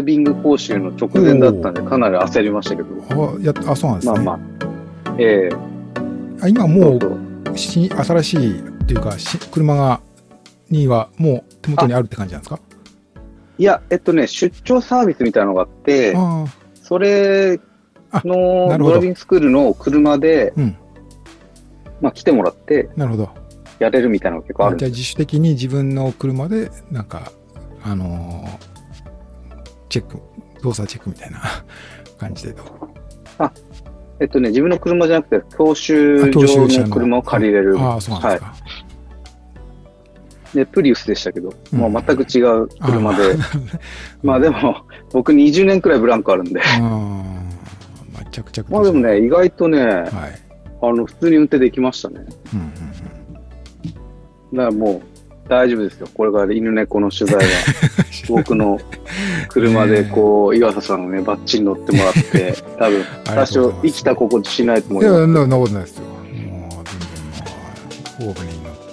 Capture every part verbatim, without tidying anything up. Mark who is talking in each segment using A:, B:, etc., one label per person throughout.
A: ビング講習の直前だったんで、かなり焦りましたけど。
B: あ、やあそうなんですね。
A: まあまあ。ええ
B: ー。あ今もう
A: そうそう
B: し新しいっていうかし車がにはもう手元にあるって感じなんですか？
A: いや、えっとね、出張サービスみたいなのがあって、
B: あ
A: それのドライビングスクールの車で、
B: うん、
A: まあ来てもらって、
B: なるほど。
A: やれるみたいなのが結構あるん
B: じゃあ
A: です。
B: 自主的に自分の車でなんかあのーチェック動作チェックみたいな感じでと。
A: あ、えっとね、自分の車じゃなくて、教習
B: 教習
A: 場
B: 車
A: の車を借りれる。
B: ああ、そうなんですか。
A: はい。で、プリウスでしたけど、
B: うん
A: もう全く違う車で。
B: あ
A: まあでも、僕にじゅうねんくらいブランクあるんで。
B: あめちゃくちゃ。
A: まあでもね、意外とね、
B: はい、
A: あの、普通に運転できましたね。
B: うんうん
A: うん、だからもう、大丈夫ですよ。これから犬猫の取材は。僕の車でこう、岩佐さんをね、バッチリ乗ってもらって、多分、多少生きた心地しないと思います。
B: いや、そんなことないですよ。もう、全然もう、オープンに乗って、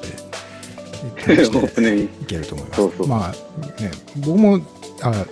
B: オープンにいけると思います。そうそう。まあ、ね、僕も、あ、うん。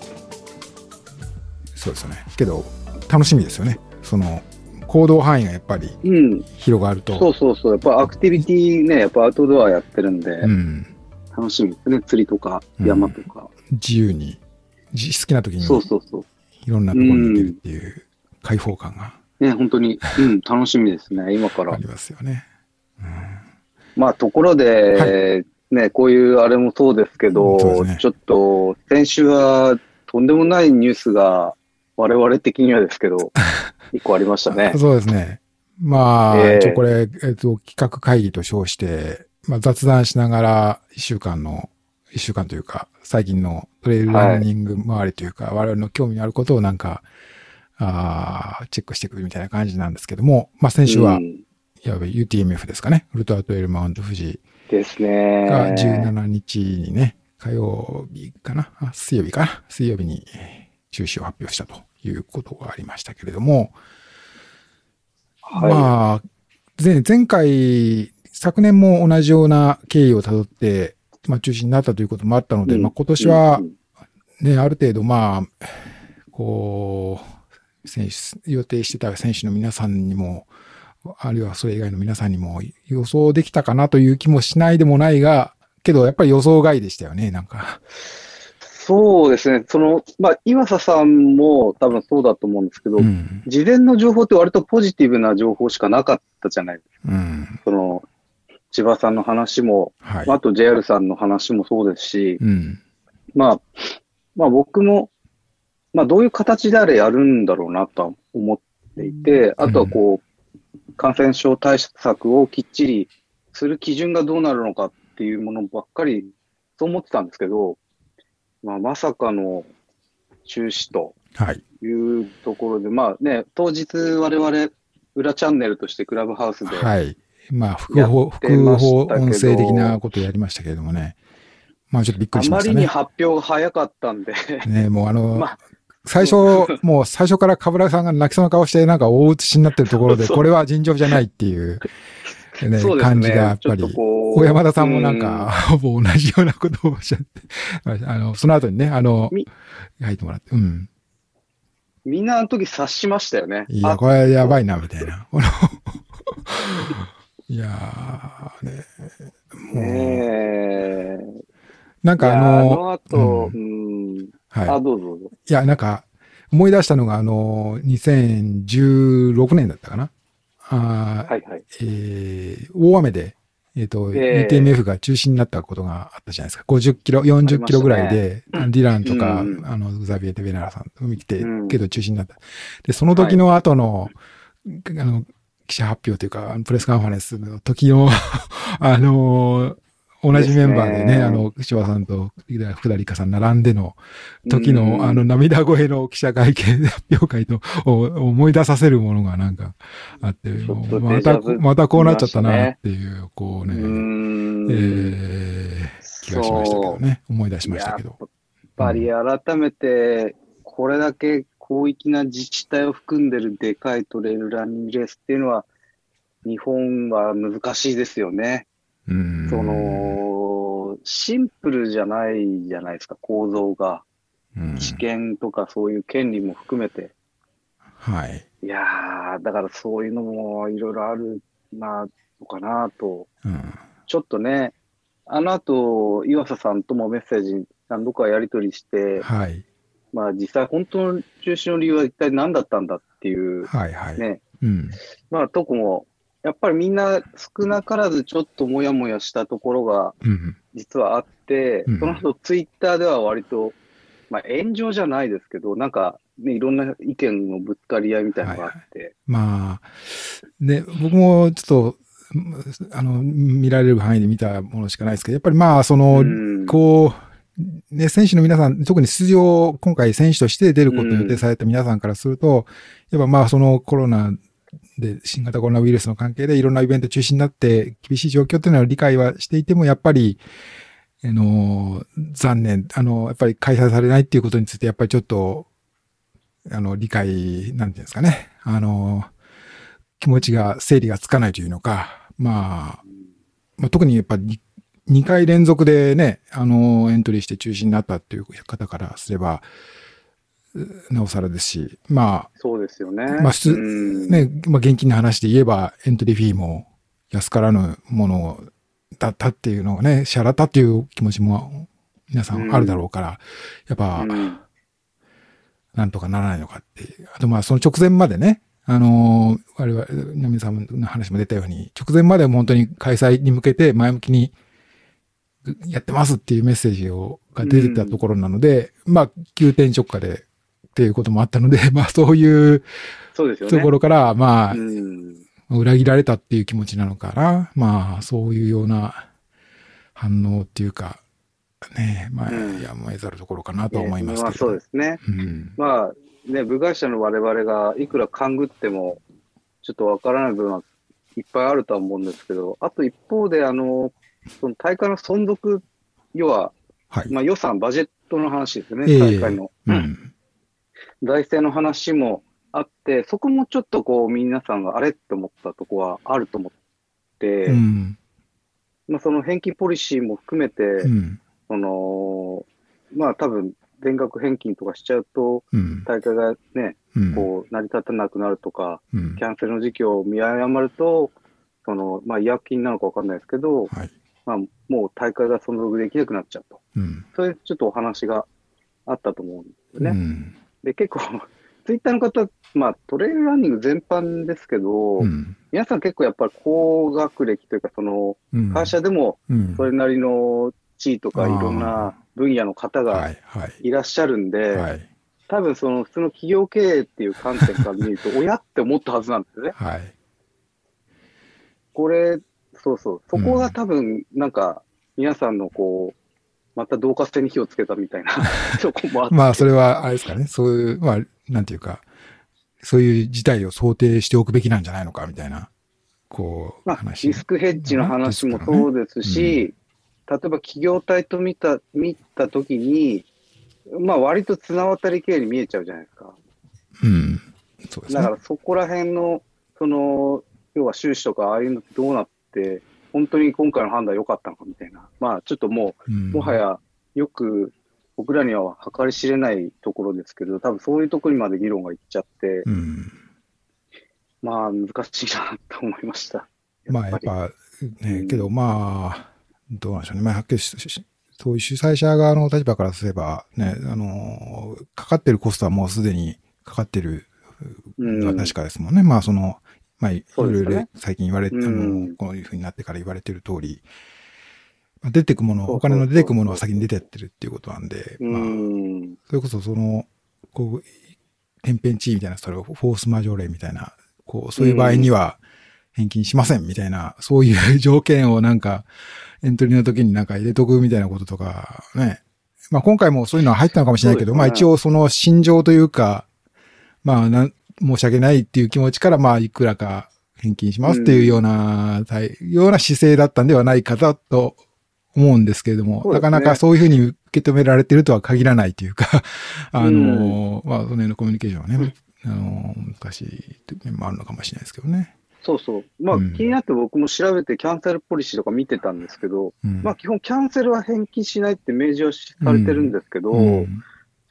B: そうですよね。けど、楽しみですよね。その、行動範囲がやっぱり広がると、
A: うん、そうそうそう、やっぱアクティビティね、やっぱアウトドアやってるんで、うん、楽しみですね、釣りとか山とか。
B: うん、自由に、好きな時に、
A: そうそうそう。
B: いろんなところに行けるっていう開放感が。
A: ね、本当に、うん、楽しみですね、今から。
B: ありますよね。
A: うん、まあ、ところで、はい、ね、こういうあれもそうですけど、ね、ちょっと、先週はとんでもないニュースが、我々的にはですけど、一個ありましたね。
B: そうですね。まあ、えー、一応これ、えっと、企画会議と称して、まあ、雑談しながら、一週間の、一週間というか、最近のトレイルランニング周りというか、はい、我々の興味のあることをなんか、あチェックしていくみたいな感じなんですけども、まあ、先週は、うん、やばい ユーティーエムエフ ですかね。ウルトラトレイルマウント富士。
A: ですね。
B: がじゅうしちにちにね、火曜日かな、あ水曜日かな。水曜日に中止を発表したということがありましたけれども、はい、まあ、前、前回、昨年も同じような経緯をたどって、まあ中止になったということもあったので、うん、まあ今年はね、ある程度まあ、こう、選手、予定してた選手の皆さんにも、あるいはそれ以外の皆さんにも予想できたかなという気もしないでもないが、けどやっぱり予想外でしたよね、なんか。
A: そうですね。その、まあ、岩佐さんも多分そうだと思うんですけど、うん、事前の情報って割とポジティブな情報しかなかったじゃないですか。うん、その、千葉さんの話も、はい、あと ジェイアール さんの話もそうですし、うん、まあ、まあ僕も、まあどういう形であれやるんだろうなと思っていて、あとはこう、うん、感染症対策をきっちりする基準がどうなるのかっていうものばっかり、そう思ってたんですけど、まあ、まさかの中止というところで、はい、まあね、当日我々、裏チャンネルとしてクラブハウスで、
B: はい。まあ、複合、複合音声的なことをやりましたけれどもね。まあちょっとびっくりしましたね。
A: あまりに発表が早かったんで。
B: ね、もうあの、まあ、最初、もう最初からカブラさんが泣きそうな顔してなんか大写しになってるところで、これは尋常じゃないっていう。ね、ね感じがやっぱり、小山田さんもなんか、ほぼ同じようなことをおっしゃって、あの、その後にね、あの、書いてもらって、うん。
A: みんなあの時察しましたよね。
B: いや、これやばいな、みたいな。いやー、ね、
A: もう。ね
B: なんかあの、
A: あの後、うん、うん、はい。あ、どうぞどうぞ。
B: いや、なんか、思い出したのが、あの、にせんじゅうろくねんだったかな。あはいはい。えー、大雨で、えっ、ー、と、えー、ユーティーエムエフ が中止になったことがあったじゃないですか。ごじゅっキロ、よんじゅっキロぐらいで、ね、ディランとか、うんうん、あの、ザビエテ・ベナラさんと見て、うん、けど中止になった。で、その時の後の、はい、あの、記者発表というか、プレスカンファレンスの時の、あのー、同じメンバーでね、であの、千葉さんと福田理香さん並んでの時の、あの、涙声の記者会見発表会と思い出させるものがなんかあって、また、またこうなっちゃったなっていう、こうね、えー、気がしましたけどね、思い出しましたけど。
A: やっぱり改めて、これだけ広域な自治体を含んでるでかいトレイルランニングレースっていうのは、日本は難しいですよね。うんその、シンプルじゃないじゃないですか、構造が。 知見とかそういう権利も含めて。
B: はい。
A: いやー、だからそういうのもいろいろあるな、のかなと。うん、ちょっとね、あの後、岩佐さんともメッセージ何度かやり取りして、
B: はい。
A: まあ実際本当の中止の理由は一体何だったんだっていう、
B: はいはい。
A: ね。
B: うん。
A: まあとこも、やっぱりみんな少なからずちょっともやもやしたところが、実はあって、うん、その後ツイッターでは割と、まあ炎上じゃないですけど、なんかね、いろんな意見のぶつかり合いみたいなのがあって。はいはい、
B: まあ、ね、僕もちょっと、あの、見られる範囲で見たものしかないですけど、やっぱりまあ、その、うん、こう、ね、選手の皆さん、特に出場、今回選手として出ることを予定された皆さんからすると、うん、やっぱまあ、そのコロナで、新型コロナウイルスの関係でいろんなイベント中止になって厳しい状況っていうのは理解はしていても、やっぱり、あの、残念、あの、やっぱり開催されないっていうことについて、やっぱりちょっと、あの、理解、なんていうんですかね。あの、気持ちが、整理がつかないというのか、まあ、まあ、特にやっぱりにかい連続でね、あの、エントリーして中止になったっていう方からすれば、なおさらですし、まあ、
A: そうですよね。
B: まあ、普通、ね、まあ、現金の話で言えば、エントリーフィーも安からぬものだったっていうのがね、支払ったっていう気持ちも皆さんあるだろうから、やっぱ、なんとかならないのかっていう。あとまあ、その直前までね、あのー、我々、南さんの話も出たように、直前まで本当に開催に向けて前向きにやってますっていうメッセージをが出てたところなので、うん、まあ、急転直下でっていうこともあったので、まあ、そういうところから、まあ、うん、裏切られたっていう気持ちなのかな。まあ、そういうような反応っていうか、ねえ、まあ、うん、やむを得ざるところかなとは思いますけど。まあ、
A: そうですね。うん、まあ、ね、部外者の我々がいくら勘ぐっても、ちょっとわからない部分はいっぱいあるとは思うんですけど、あと一方で、あの、その大会の存続、要は、はい、まあ予算、バジェットの話ですよね、えー、大会の。うん、財政の話もあって、そこもちょっとこう、皆さんがあれって思ったとこはあると思って、うん、まあその返金ポリシーも含めて、うん、その、まあ多分、全額返金とかしちゃうと、うん、大会がね、うん、こう、成り立たなくなるとか、うん、キャンセルの時期を見誤ると、その、まあ、違約金なのかわかんないですけど、はい、まあ、もう大会が存続できなくなっちゃうと。うん、そういうちょっとお話があったと思うんですよね。うん、で、結構、ツイッターの方、まあ、トレイルランニング全般ですけど、うん、皆さん結構やっぱり高学歴というか、その、会社でも、それなりの地位とかいろんな分野の方がいらっしゃるんで、はいはい、多分その普通の企業経営っていう観点から見ると、親って思ったはずなんですよね。はい、これ、そうそう、そこが多分、なんか、皆さんのこう、また同化性に火をつけたみたいな、そこもあって。
B: まあ、それは、あれですかね、そういう、まあ、なんていうか、そういう事態を想定しておくべきなんじゃないのか、みたいな、こう、
A: まあ、話。リスクヘッジの話もそうですし、ね、うん、例えば企業体と見た、見たときに、まあ、割と綱渡り系に見えちゃうじゃないですか。
B: うん。そうですね。
A: だからそこら辺の、その、要は収支とかああいうのってどうなって、本当に今回の判断良かったのかみたいな。まあちょっともう、うん、もはやよく僕らには計り知れないところですけど、多分そういうところにまで議論がいっちゃって、うん、まあ難しいなと思いました。
B: まあやっぱね、うん、けどまあ、どうなんでしょうね。まあはっきりし、そういう主催者側の立場からすれば、ね、あの、かかってるコストはもうすでにかかってるのは確かですもんね。うん、まあその、まあ、いろいろ最近言われて、ね、あの、こういうふうになってから言われてる通り、まあ、出てくもの、お金の出てくものは先に出てってるっていうことなんで、まあ、それこそその、こう、天変地異みたいな、それをフォースマジョーレみたいな、こう、そういう場合には返金しませんみたいな、そういう条件をなんか、エントリーの時になんか入れとくみたいなこととか、ね。まあ今回もそういうのは入ったのかもしれないけど、ね、まあ一応その心情というか、まあなん、申し訳ないっていう気持ちから、まあ、いくらか返金しますっていうような、うん、ような姿勢だったんではないかと思うんですけれども、ね、なかなかそういうふうに受け止められてるとは限らないというか、あの、うん、まあ、その辺のコミュニケーションはね、あの、難しい面もあるのかもしれないですけどね。
A: そうそう。まあ、うん、気になって僕も調べてキャンセルポリシーとか見てたんですけど、うん、まあ、基本キャンセルは返金しないって明示はされてるんですけど、うんうん、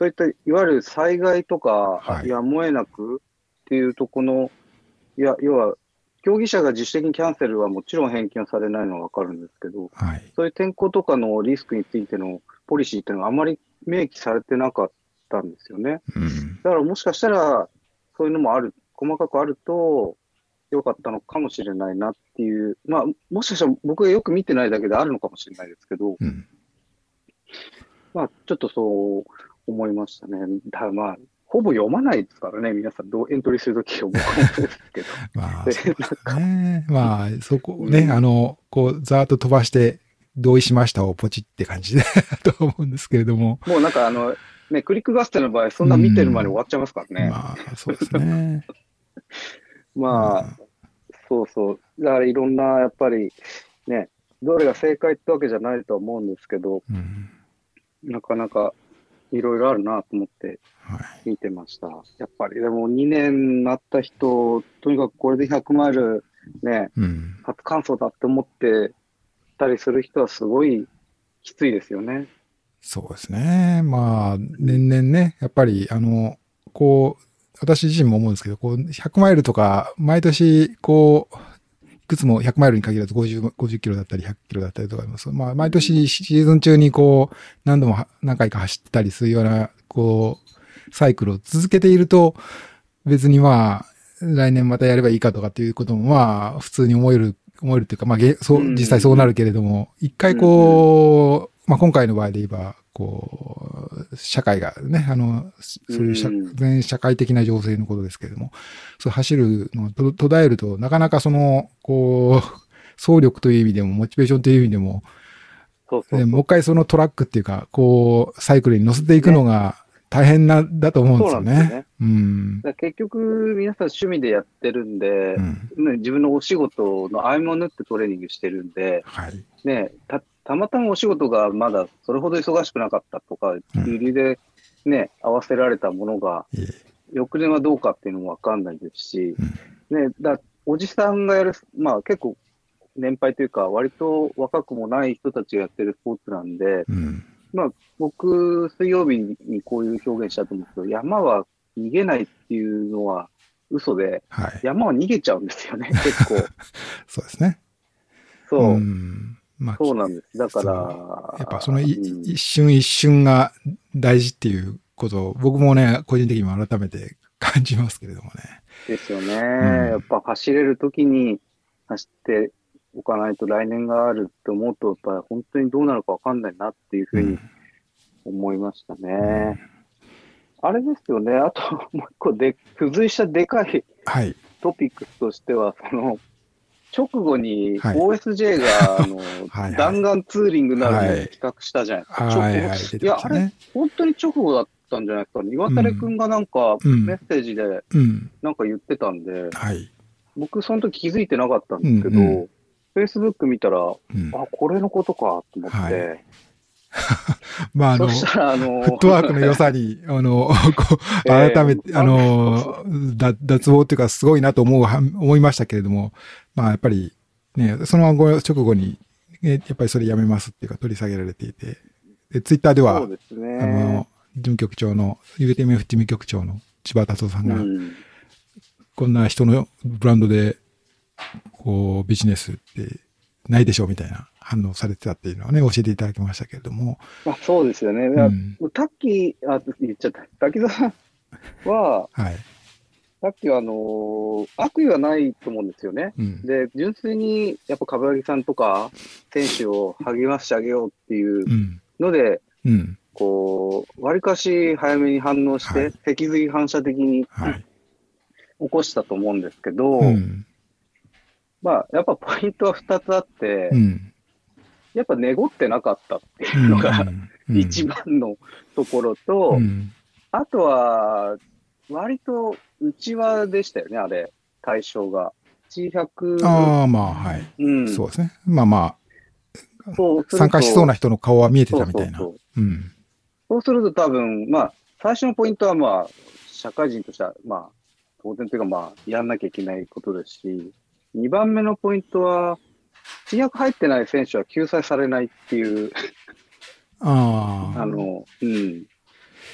A: そういったいわゆる災害とか、はい、やむを得なくっていうとこの、いや、要は、競技者が自主的にキャンセルはもちろん返金はされないのはわかるんですけど、はい、そういう天候とかのリスクについてのポリシーっていうのはあまり明記されてなかったんですよね。うん、だからもしかしたら、そういうのもある、細かくあると良かったのかもしれないなっていう、まあ、もしかしたら僕がよく見てないだけであるのかもしれないですけど、うん、まあ、ちょっとそう思いましたね。だからまあ、ほぼ読まないですからね、皆さん、どうエントリーするときを僕もそうですけど。
B: まあ、そうね。まあ、そこね、うん、あの、こう、ざーっと飛ばして、同意しましたをポチって感じでと思うんですけれども。
A: もうなんかあの、ね、クリック合戦の場合、そんな見てる前に終わっちゃいますからね。
B: まあ、そうですね。
A: まあ、そうそう。だからいろんな、やっぱり、ね、どれが正解ってわけじゃないと思うんですけど、うん、なかなかいろいろあるなと思って見てました。はい、やっぱり、でもにねんなった人、とにかくこれでひゃくマイルね、うん、初完走だって思ってたりする人はすごいきついですよね。
B: そうですね。まあ、年々ね、やっぱり、あの、こう、私自身も思うんですけど、こう、ひゃくマイルとか、毎年、こう、いくつもひゃくマイルに限らず50、50キロだったりひゃくキロだったりとかあります。まあ、毎年シーズン中にこう、何度も何回か走ったりするような、こう、サイクルを続けていると、別にまあ、来年またやればいいかとかっていうことも、まあ、普通に思える、思えるっていうか、まあ、そう、実際そうなるけれども、一回こう、まあ、今回の場合で言えば、こう、社会がね、あの、そういう社、全社会的な情勢のことですけれども、そう走るのが途絶えると、なかなかその、こう、総力という意味でも、モチベーションという意味でも、
A: そうそうそう
B: もう一回そのトラックっていうか、こう、サイクルに乗せていくのが大変な、だと思うんですよね。そうなんですよね。うん、
A: だ結局、皆さん趣味でやってるんで、うん、自分のお仕事の合間を縫ってトレーニングしてるんで、はい、ね、た、たまたまお仕事がまだそれほど忙しくなかったとか、理由でね、合わせられたものが、翌年はどうかっていうのもわかんないですし、うん、ね、だおじさんがやる、まあ結構年配というか、割と若くもない人たちがやってるスポーツなんで、うん、まあ僕、水曜日にこういう表現したと思うんですけど、山は逃げないっていうのは嘘で、はい、山は逃げちゃうんですよね、結構。
B: そうですね。
A: そう。うんまあ、そうなんです。だから、
B: やっぱその、うん、一瞬一瞬が大事っていうことを僕もね、個人的にも改めて感じますけれどもね。
A: ですよね。うん、やっぱ走れるときに走っておかないと来年があるって思うと、やっぱ本当にどうなるかわかんないなっていうふうに思いましたね。うん、あれですよね。あともう一個で、付随したでかいトピックスとしては、その、直後に オーエスジェー が、あの、弾丸ツーリングなるのを企画したじゃないですか。はいはい、いや、あれ、本当に直後だったんじゃないですかね。岩垂くんがなんか、メッセージで、なんか言ってたんで、うんうんはい、僕、その時気づいてなかったんですけど、うんうん、Facebook 見たら、うん、あ、これのことかと思って、はい
B: まあ、あの、フットワークの良さに、あの、こう、改めて、えー、あの、脱帽っていうか、すごいなと思う、思いましたけれども、まあ、やっぱり、ね、その直後に、やっぱりそれやめますっていうか、取り下げられていて、で、ツイッターでは、そうですね、あの、事務局長の、ユーティーエムエフ 事務局長の千葉達夫さんが、うん、こんな人のブランドで、こう、ビジネスってないでしょうみたいな。反応されてたっていうのはね、教えていただきましたけれども。
A: あそうですよね。うん、タッキー、あ、言っちゃった。滝沢さんは、はい、さっきはあのー、悪意はないと思うんですよね。うん、で、純粋に、やっぱ冠城さんとか、選手を励ましてあげようっていうので、うんうん、こう、割かし早めに反応して、はい、脊髄反射的に、はい、起こしたと思うんですけど、うん、まあ、やっぱポイントはふたつあって、うんやっぱ寝ごってなかったっていうのが、うん、一番のところと、うん、あとは、割と内輪でしたよね、あれ、対象が。いちひゃく。
B: ああ、まあ、はい、うん。そうですね。まあまあ、そう参加しそうな人の顔は見えてたみたいな。そうそうそう、うん、
A: そうすると多分、まあ、最初のポイントはまあ、社会人としては、まあ、当然というかまあ、やんなきゃいけないことですし、にばんめのポイントは、契約入ってない選手は救済されないっていう。ああ。あの、うん。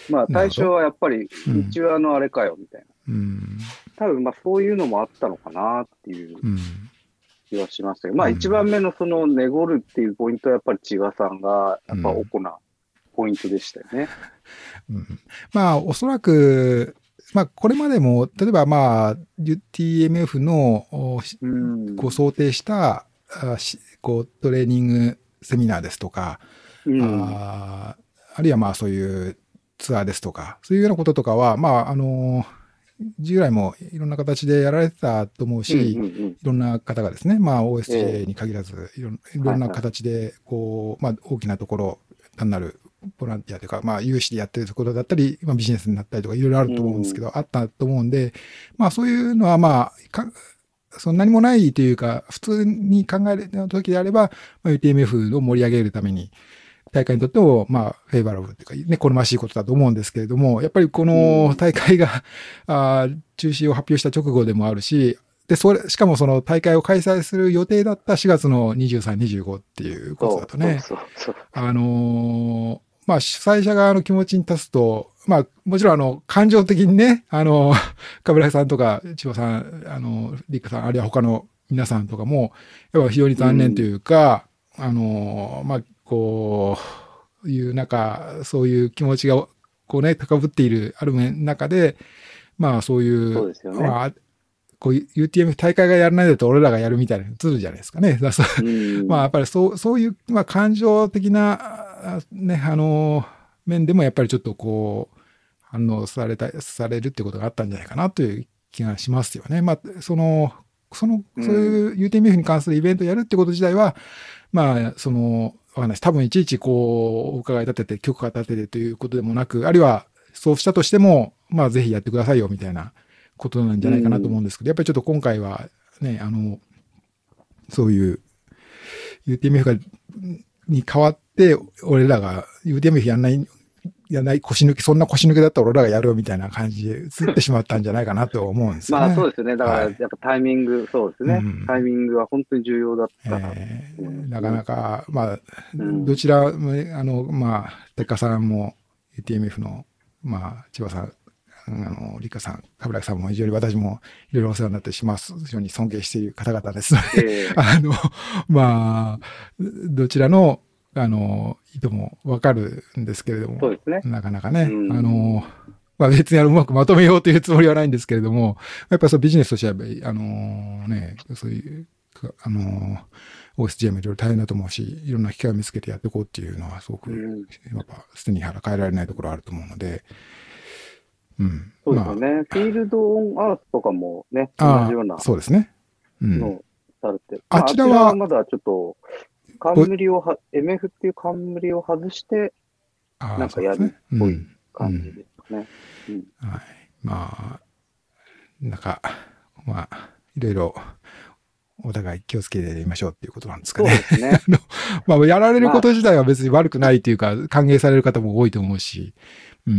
A: まあ対象はやっぱり、うちはのあれかよ、みたいな。うん、多分まあそういうのもあったのかなっていう気はしましたけど、うん、まあ一番目のそのネゴるっていうポイントはやっぱり千葉さんが、やっぱおこなポイントでしたよね。
B: うん、まあおそらく、まあこれまでも、例えばまあ ユーティーエムエフ のこう想定したこうトレーニングセミナーですとか、うん、あ, あるいはまあそういうツアーですとか、そういうようなこととかは、まああの、従来もいろんな形でやられてたと思うし、うんうんうん、いろんな方がですね、まあ オーエスジェー に限らず、いろいろんな形で、こう、まあ大きなところ、単なるボランティアというか、まあ有志でやってるところだったり、まあビジネスになったりとかいろいろあると思うんですけど、うん、あったと思うんで、まあそういうのはまあ、そんなにもないというか、普通に考える時であれば、まあ、ユーティーエムエフ を盛り上げるために、大会にとっても、まあ、フェイバラブルというか、ね、好ましいことだと思うんですけれども、やっぱりこの大会が、うん、あ中止を発表した直後でもあるし、で、それ、しかもその大会を開催する予定だったしがつのにじゅうさん、にじゅうごっていうことだとね、そうそうそうあのー、まあ主催者側の気持ちに立つと、まあもちろんあの感情的にね、あの、冠城さんとか千葉さん、あの、リックさん、あるいは他の皆さんとかも、やっぱ非常に残念というか、うん、あの、まあこういうなんか、そういう気持ちがこうね、高ぶっているある面中で、まあそういう、
A: そうですよね。
B: まあこう ユーティーエム 大会がやらないでと俺らがやるみたいなの映るじゃないですかね。まあやっぱりそう、そういう、まあ感情的な、ね、あの、面でもやっぱりちょっとこう、反応された、されるってことがあったんじゃないかなという気がしますよね。まあ、その、その、そういう ユーティーエムエフ に関するイベントをやるってこと自体は、まあ、その、わかんないです。多分いちいちこう、お伺い立てて、許可立ててということでもなく、あるいはそうしたとしても、まあぜひやってくださいよみたいなことなんじゃないかなと思うんですけど、やっぱりちょっと今回はね、あの、そういう ユーティーエムエフ が、に代わって、俺らが ユーティーエムエフ やんない、やんない腰抜き、そんな腰抜けだったら俺らがやるよみたいな感じで移ってしまったんじゃないかなと思うんですよね。
A: まあそうですよね。だからやっぱタイミング、はい、そうですね、うん。タイミングは本当に重要だったな、
B: えー。なかなか、まあ、うん、どちら、あの、まあ、テッカさんも ユーティーエムエフ の、まあ、千葉さん、あの、リカさん、冠城さんも非常に私もいろいろお世話になってします。非常に尊敬している方々ですので、えー、あの、まあ、どちらの、あの、意図もわかるんですけれども、
A: そうですね、
B: なかなかね、うん、あの、まあ別にあのうまくまとめようというつもりはないんですけれども、やっぱりそうビジネスとしては、あのね、そういう、あの、オーエスジェー もいろいろ大変だと思うし、いろんな機会を見つけてやっていこうっていうのはすごく、やっぱ捨てに腹変えられないところあると思うので、うん。
A: そうですよね。まあ、フィールドオンアースとかもね、同じような。
B: そうですね。
A: うん。のされて。
B: あちらは、
A: まだちょっと、冠をは、エムエフ っていう冠を外して、なんかやるっぽい感じですね。うんうんうん、
B: はい。まあ、なんか、まあ、いろいろ、お互い気をつけてやりましょうっていうことなんですかね。
A: そうですね。
B: まあ、やられること自体は別に悪くないというか、まあ、歓迎される方も多いと思うし、うん、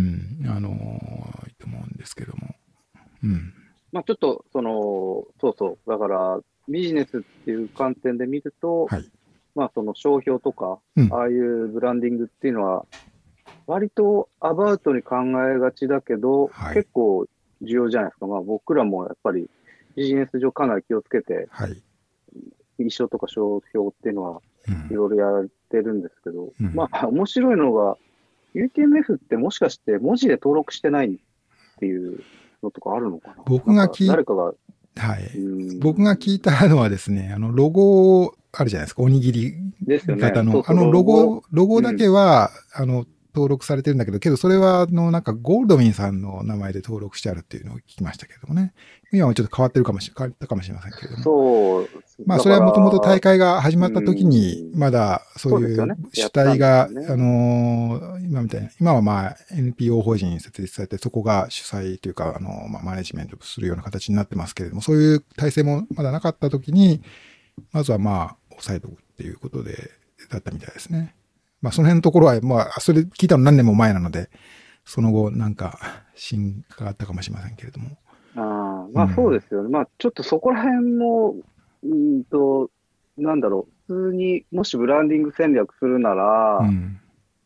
B: あの、いいと思うんですけども。うん。
A: まあ、ちょっと、その、そうそう、だから、ビジネスっていう観点で見ると、はい、まあ、その商標とか、うん、ああいうブランディングっていうのは、割とアバウトに考えがちだけど、はい、結構重要じゃないですか。まあ、僕らもやっぱりビジネス上かなり気をつけて、はい、衣装とか商標っていうのはいろいろやってるんですけど、うん、まあ、面白いのが、ユーティーエムエフ ってもしかして文字で登録してないっていうのとかあるのかな。
B: 僕が聞い
A: 誰かが、
B: はい。僕が聞いたのはですね、あの、ロゴあるじゃないですか、おにぎり型の。ね、そうそうあの、ロゴ、ロゴだけは、うん、あの、登録されてるんだけど、けどそれは、あの、なんか、ゴールドウィンさんの名前で登録してあるっていうのを聞きましたけどもね。今はちょっと変わってるかもしれ、変わったかもしれませんけれども。
A: そう。
B: まあ、それはもともと大会が始まった時に、まだ、そういう主体が、ね、あの、今みたいな、今はまあ、エヌピーオー 法人に設立されて、そこが主催というか、あの、まあ、マネジメントするような形になってますけれども、そういう体制もまだなかった時に、まずはまあ、抑えておくっていうことで、だったみたいですね。まあ、その辺のところは、まあ、それ聞いたの何年も前なので、その後、なんか、進化があったかもしれませんけれども。
A: ああ、まあそうですよね。うん、まあ、ちょっとそこら辺も、うんと、なんだろう、普通に、もしブランディング戦略するなら、うん、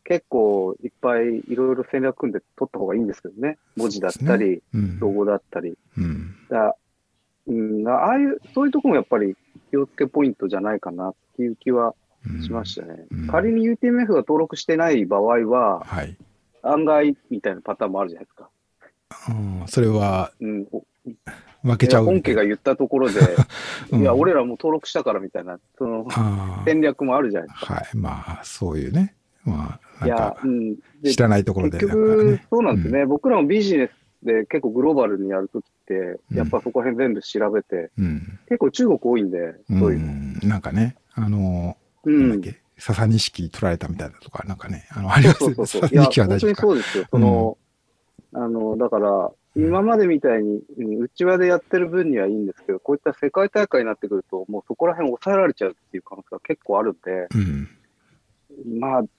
A: 結構いっぱいいろいろ戦略組んで取った方がいいんですけどね。文字だったり、ねうん、ロゴだったり。うん、だうん、ああいう、そういうところもやっぱり気をつけポイントじゃないかなっていう気はしましたね。うんうん、仮に ユーティーエムエフ が登録してない場合は、はい、案外みたいなパターンもあるじゃないですか。
B: うん、それは、うん、負けちゃう。
A: 本家が言ったところで、うん、いや、俺らもう登録したからみたいな、その戦略もあるじゃないですか。
B: はい。まあ、そういうね。まあ、なんか、知らないところで、
A: 結局、そうなんですね、うん。僕らもビジネスで結構グローバルにやるときって、やっぱそこら辺全部調べて、うん、結構中国多いんで、そういうの。
B: うん、なんかね、あの、なんだっけ、笹錦取られたみたいなとか、なんかね、あの、あります
A: よね。そうそうそう。いや、本当にそうですよ。その、うん、あの、だから、今までみたいに、うちわでやってる分にはいいんですけど、こういった世界大会になってくると、もうそこら辺抑えられちゃうっていう可能性が結構あるんで、うん、まあ、うん、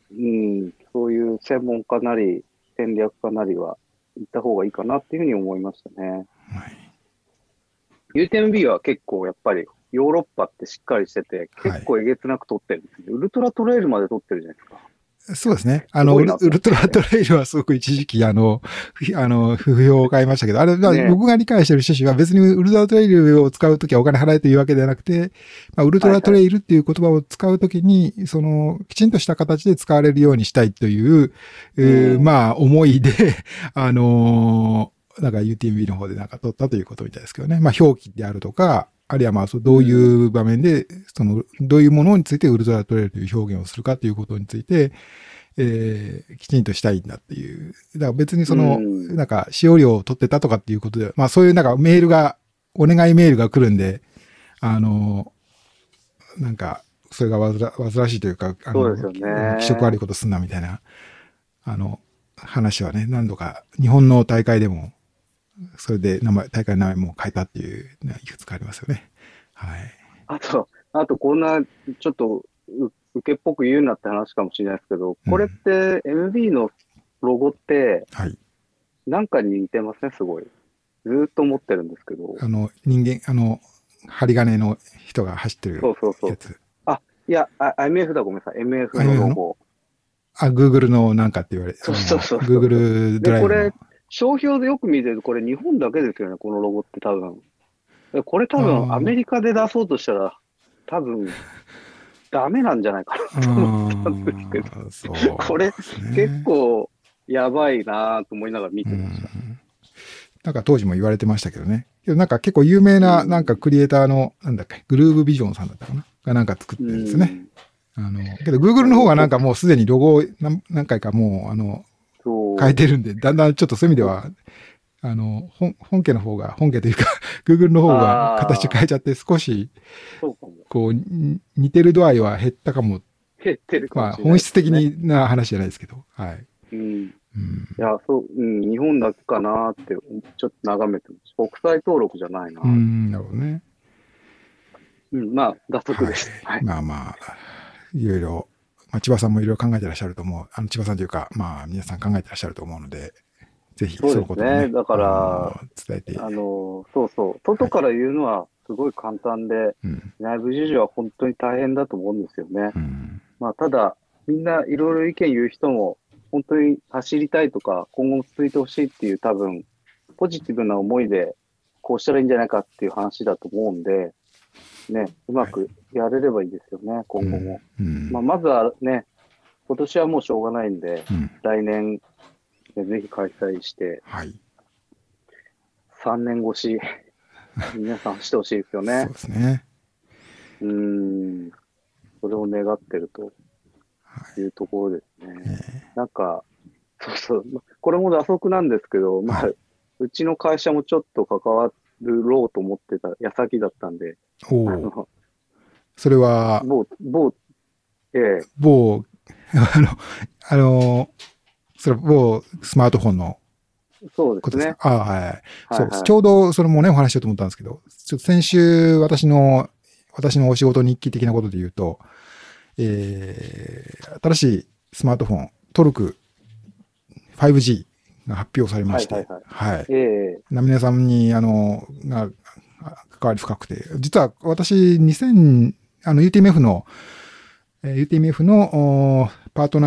A: そういう専門家なり、戦略家なりは行った方がいいかなっていうふうに思いましたね。はい、ユーティーエムビー は結構やっぱりヨーロッパってしっかりしてて、結構えげつなく取ってるんですね。はい、ウルトラトレイルまで取ってるじゃないですか。
B: そうですね。あの、ウルトラトレイルはすごく一時期、あの、あの、不評を買いましたけど、あれ、まあね、僕が理解している趣旨は別にウルトラトレイルを使うときはお金払えというわけではなくて、まあ、ウルトラトレイルっていう言葉を使うときに、はいはい、その、きちんとした形で使われるようにしたいという、うん、まあ、思いで、あの、なんか ユーティーエムビー の方でなんか取ったということみたいですけどね。まあ、表記であるとか、あるいはまあ、どういう場面で、その、どういうものについてウルトラトレイルという表現をするかということについて、えー、きちんとしたいんだっていう。だから別にその、なんか使用料を取ってたとかっていうことで、まあそういうなんかメールが、お願いメールが来るんで、あの、なんか、それが煩わしいというか、あの、
A: そうですよね、
B: 気色悪いことすんなみたいな、あの、話はね、何度か、日本の大会でも、それで名前、大会の名前も変えたっていう、いくつかありますよね。はい。
A: あと、あとこんな、ちょっと、受けっぽく言うなって話かもしれないですけど、これって エムビー のロゴって、なんかに似てますね、すごい。ずーっと思ってるんですけど。
B: あの、人間、あの、針金の人が走ってるやつ。
A: そうそうそう。あ、いや、エムエフ だ、ごめんなさい。エムエフ のロゴ。
B: あ、Google のなんかって言われて。
A: そうそうそう。
B: Google ドライブの。
A: で、これ、商標でよく見てると、これ日本だけですよね、このロゴって多分。これ多分アメリカで出そうとしたら、多分、ダメなんじゃないかなと思ったんですけど、そう、ね、これ結構やばいなと思いながら見てました。
B: なんか当時も言われてましたけどね。けどなんか結構有名ななんかクリエイターの、なんだっけ、グルーブビジョンさんだったかながなんか作ってるんですね。あの、けど Google の方がなんかもうすでにロゴを 何, 何回かもうあの、変えてるんで、だんだんちょっとそういう意味では、あの、本、本家の方が、本家というか、Google の方が形変えちゃって少し、こう、似てる度合いは減ったかも。
A: 減ってるかもしれない、ね。
B: まあ、本質的な話じゃないですけど、はい。
A: うん。うん、いや、そう、うん、日本だけかなって、ちょっと眺めてます。国際登録じゃないな。
B: うん、なるほどね。
A: うん、まあ、脱足です。
B: はい。はい、まあまあ、いろいろ、まあ、千葉さんもいろいろ考えてらっしゃると思う。あの、千葉さんというか、まあ、皆さん考えてらっしゃると思うので、ぜひ、そういうことをね、
A: だから、
B: 伝えて。
A: あの、そうそう、外から言うのはすごい簡単で、はい、内部事情は本当に大変だと思うんですよね。うん、まあ、ただ、みんないろいろ意見言う人も、本当に走りたいとか、今後も続いてほしいっていう多分、ポジティブな思いで、こうしたらいいんじゃないかっていう話だと思うんで、ね、うまくやれればいいですよね、はい、今後も。うんうん、まあ、まずはね、今年はもうしょうがないんで、うん、来年、ぜひ開催して、はい、さんねん越し、皆さんしてほしいですよね。
B: そうですね。
A: うーん、それを願ってるというところですね。はい、なんか、そうそう、これも打足なんですけど、まあ、はい、うちの会社もちょっと関わろうと思ってた矢先だったんで、
B: おあのそれは、
A: 某、某、ええ、
B: 某、あの、あの、それ某スマートフォンの
A: そうですね。
B: ああ、はい、はい。そう、ちょうどそれもね、お話ししようと思ったんですけど、ちょっと先週私の、私のお仕事日記的なことで言うと、えー、新しいスマートフォン、トルク ファイブジー が発表されまして、はい、はいはいはい。えー、ナミネさんに、あの、が、関わり深くて、実は私、にせん、あの、ユーティーエムエフ の、ユーティーエムエフ のパートナー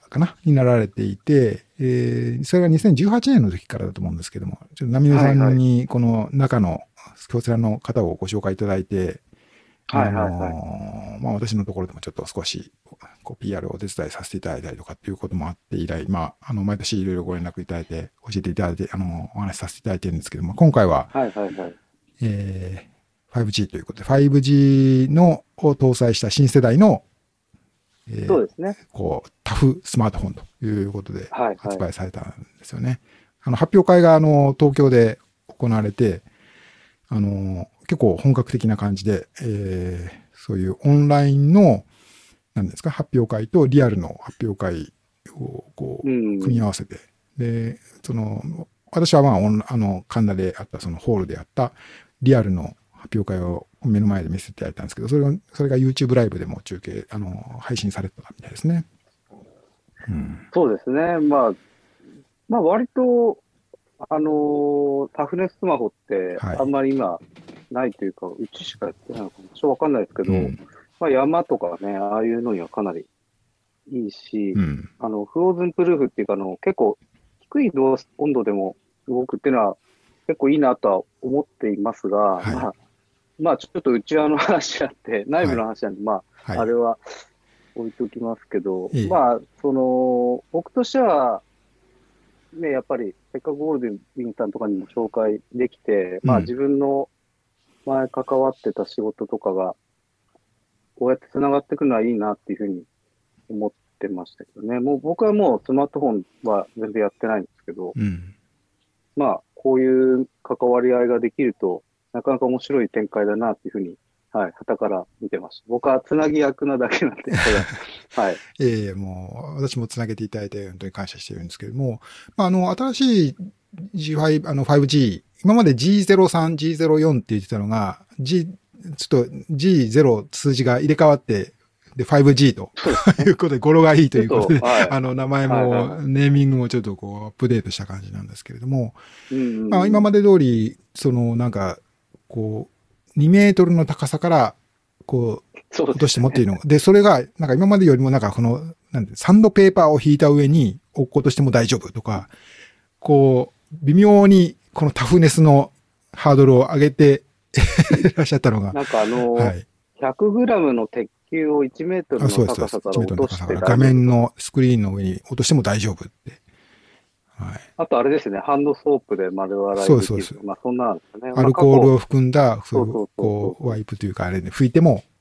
B: かなになられていて、えー、それがにせんじゅうはちねんの時からだと思うんですけども、ちょっと波野さんにこの中の京セラの方をご紹介いただいて、
A: はいはいはい。
B: あのー、まあ私のところでもちょっと少しこう ピーアール をお手伝いさせていただいたりとかっていうこともあって以来、まあ、あの、毎年いろいろご連絡いただいて、教えていただいて、あの、お話しさせていただいてるんですけども、今回は、
A: はいはいはい。
B: えー、ファイブジー ということで、ファイブジー の、を搭載した新世代の、
A: えー、そうですね。
B: こう、タフスマートフォンということで発売されたんですよね。
A: はいはい、
B: あの、発表会が、あの、東京で行われて、あの、結構本格的な感じで、えー、そういうオンラインの、何ですか、発表会とリアルの発表会をこう、組み合わせて、うん、で、その、私はまあ、あの、神田であったそのホールであったリアルの発表会を目の前で見せていただいたんですけど、それが、それが YouTube ライブでも中継、あの、配信されてたみたいですね。
A: うん、そうですね。まあ、まあ割と、あのー、タフネススマホって、あんまり今、ないというか、はい、うちしかやってないのかな、ちょっとわかんないですけど、うん、まあ山とかね、ああいうのにはかなりいいし、うん、あの、フローズンプルーフっていうか、あの、結構、低い温度でも動くっていうのは、結構いいなとは思っていますが、はい、まあ、まあ、ちょっと内輪の話なんで、内部の話なんで、はい、まあ、はい、あれは置いときますけど、はい、まあ、その、僕としては、ね、やっぱり、せっかくゴールデンウィンさんとかにも紹介できて、うん、まあ自分の前関わってた仕事とかが、こうやって繋がっていくのはいいなっていうふうに思ってましたけどね。もう僕はもうスマートフォンは全然やってないんですけど、うん、まあこういう関わり合いができると、なかなか面白い展開だなっていうふうに、はい、傍から見てました。僕はつなぎ役なだけなんで、はい。
B: ええ、もう、私もつなげていただいて、本当に感謝してるんですけれども、まあ、あの、新しい ジーファイブ、あの、ファイブジー、今まで ジーゼロスリー、ジーゼロフォー って言ってたのが、G、ちょっと ジーゼロ 数字が入れ替わって、で、ファイブジー ということで、語呂がいいということで、はい、あの、名前も、はいはいはい、ネーミングもちょっとこう、アップデートした感じなんですけれども、うんうんうん、まあ、今まで通り、その、なんか、こう、にメートルの高さから、こう、落として持っているの。で、それが、なんか今までよりもなんかこの、なんて、サンドペーパーを引いた上に置くことしても大丈夫とか、こう、微妙にこのタフネスのハードルを上げていらっしゃったのが。
A: なんかあのー、はい、ひゃくグラムの鉄球をいちメートルの高さから落として
B: 画面のスクリーンの上に落としても大丈夫って。
A: はい、あとあれですね、ハンドソープで丸洗いできる。
B: そうそうそう。
A: まあそんななんですね。
B: アルコールを含んだ、そう、こう、ワイプというかあれで拭いても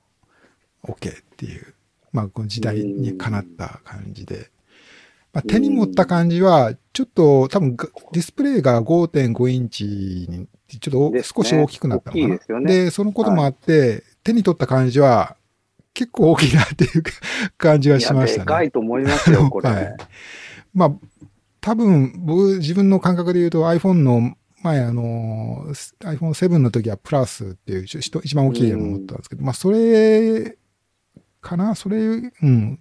B: OK っていう、まあこの時代にかなった感じで。まあ、手に持った感じは、ちょっと多分ディスプレイが ごてんご インチにちょっと少し大きくなったのかな。で, ね、で、そのこともあって、はい、手に取った感じは結構大きいなっていう感じはしましたね。
A: いや、でかいと思いますよ、これ。はい、
B: まあ、多分、僕、自分の感覚で言うと iPhone の前、あの、アイフォンセブン の時はプラスっていう一番大きいのを持ったんですけど、まあ、それかなそれ、うん、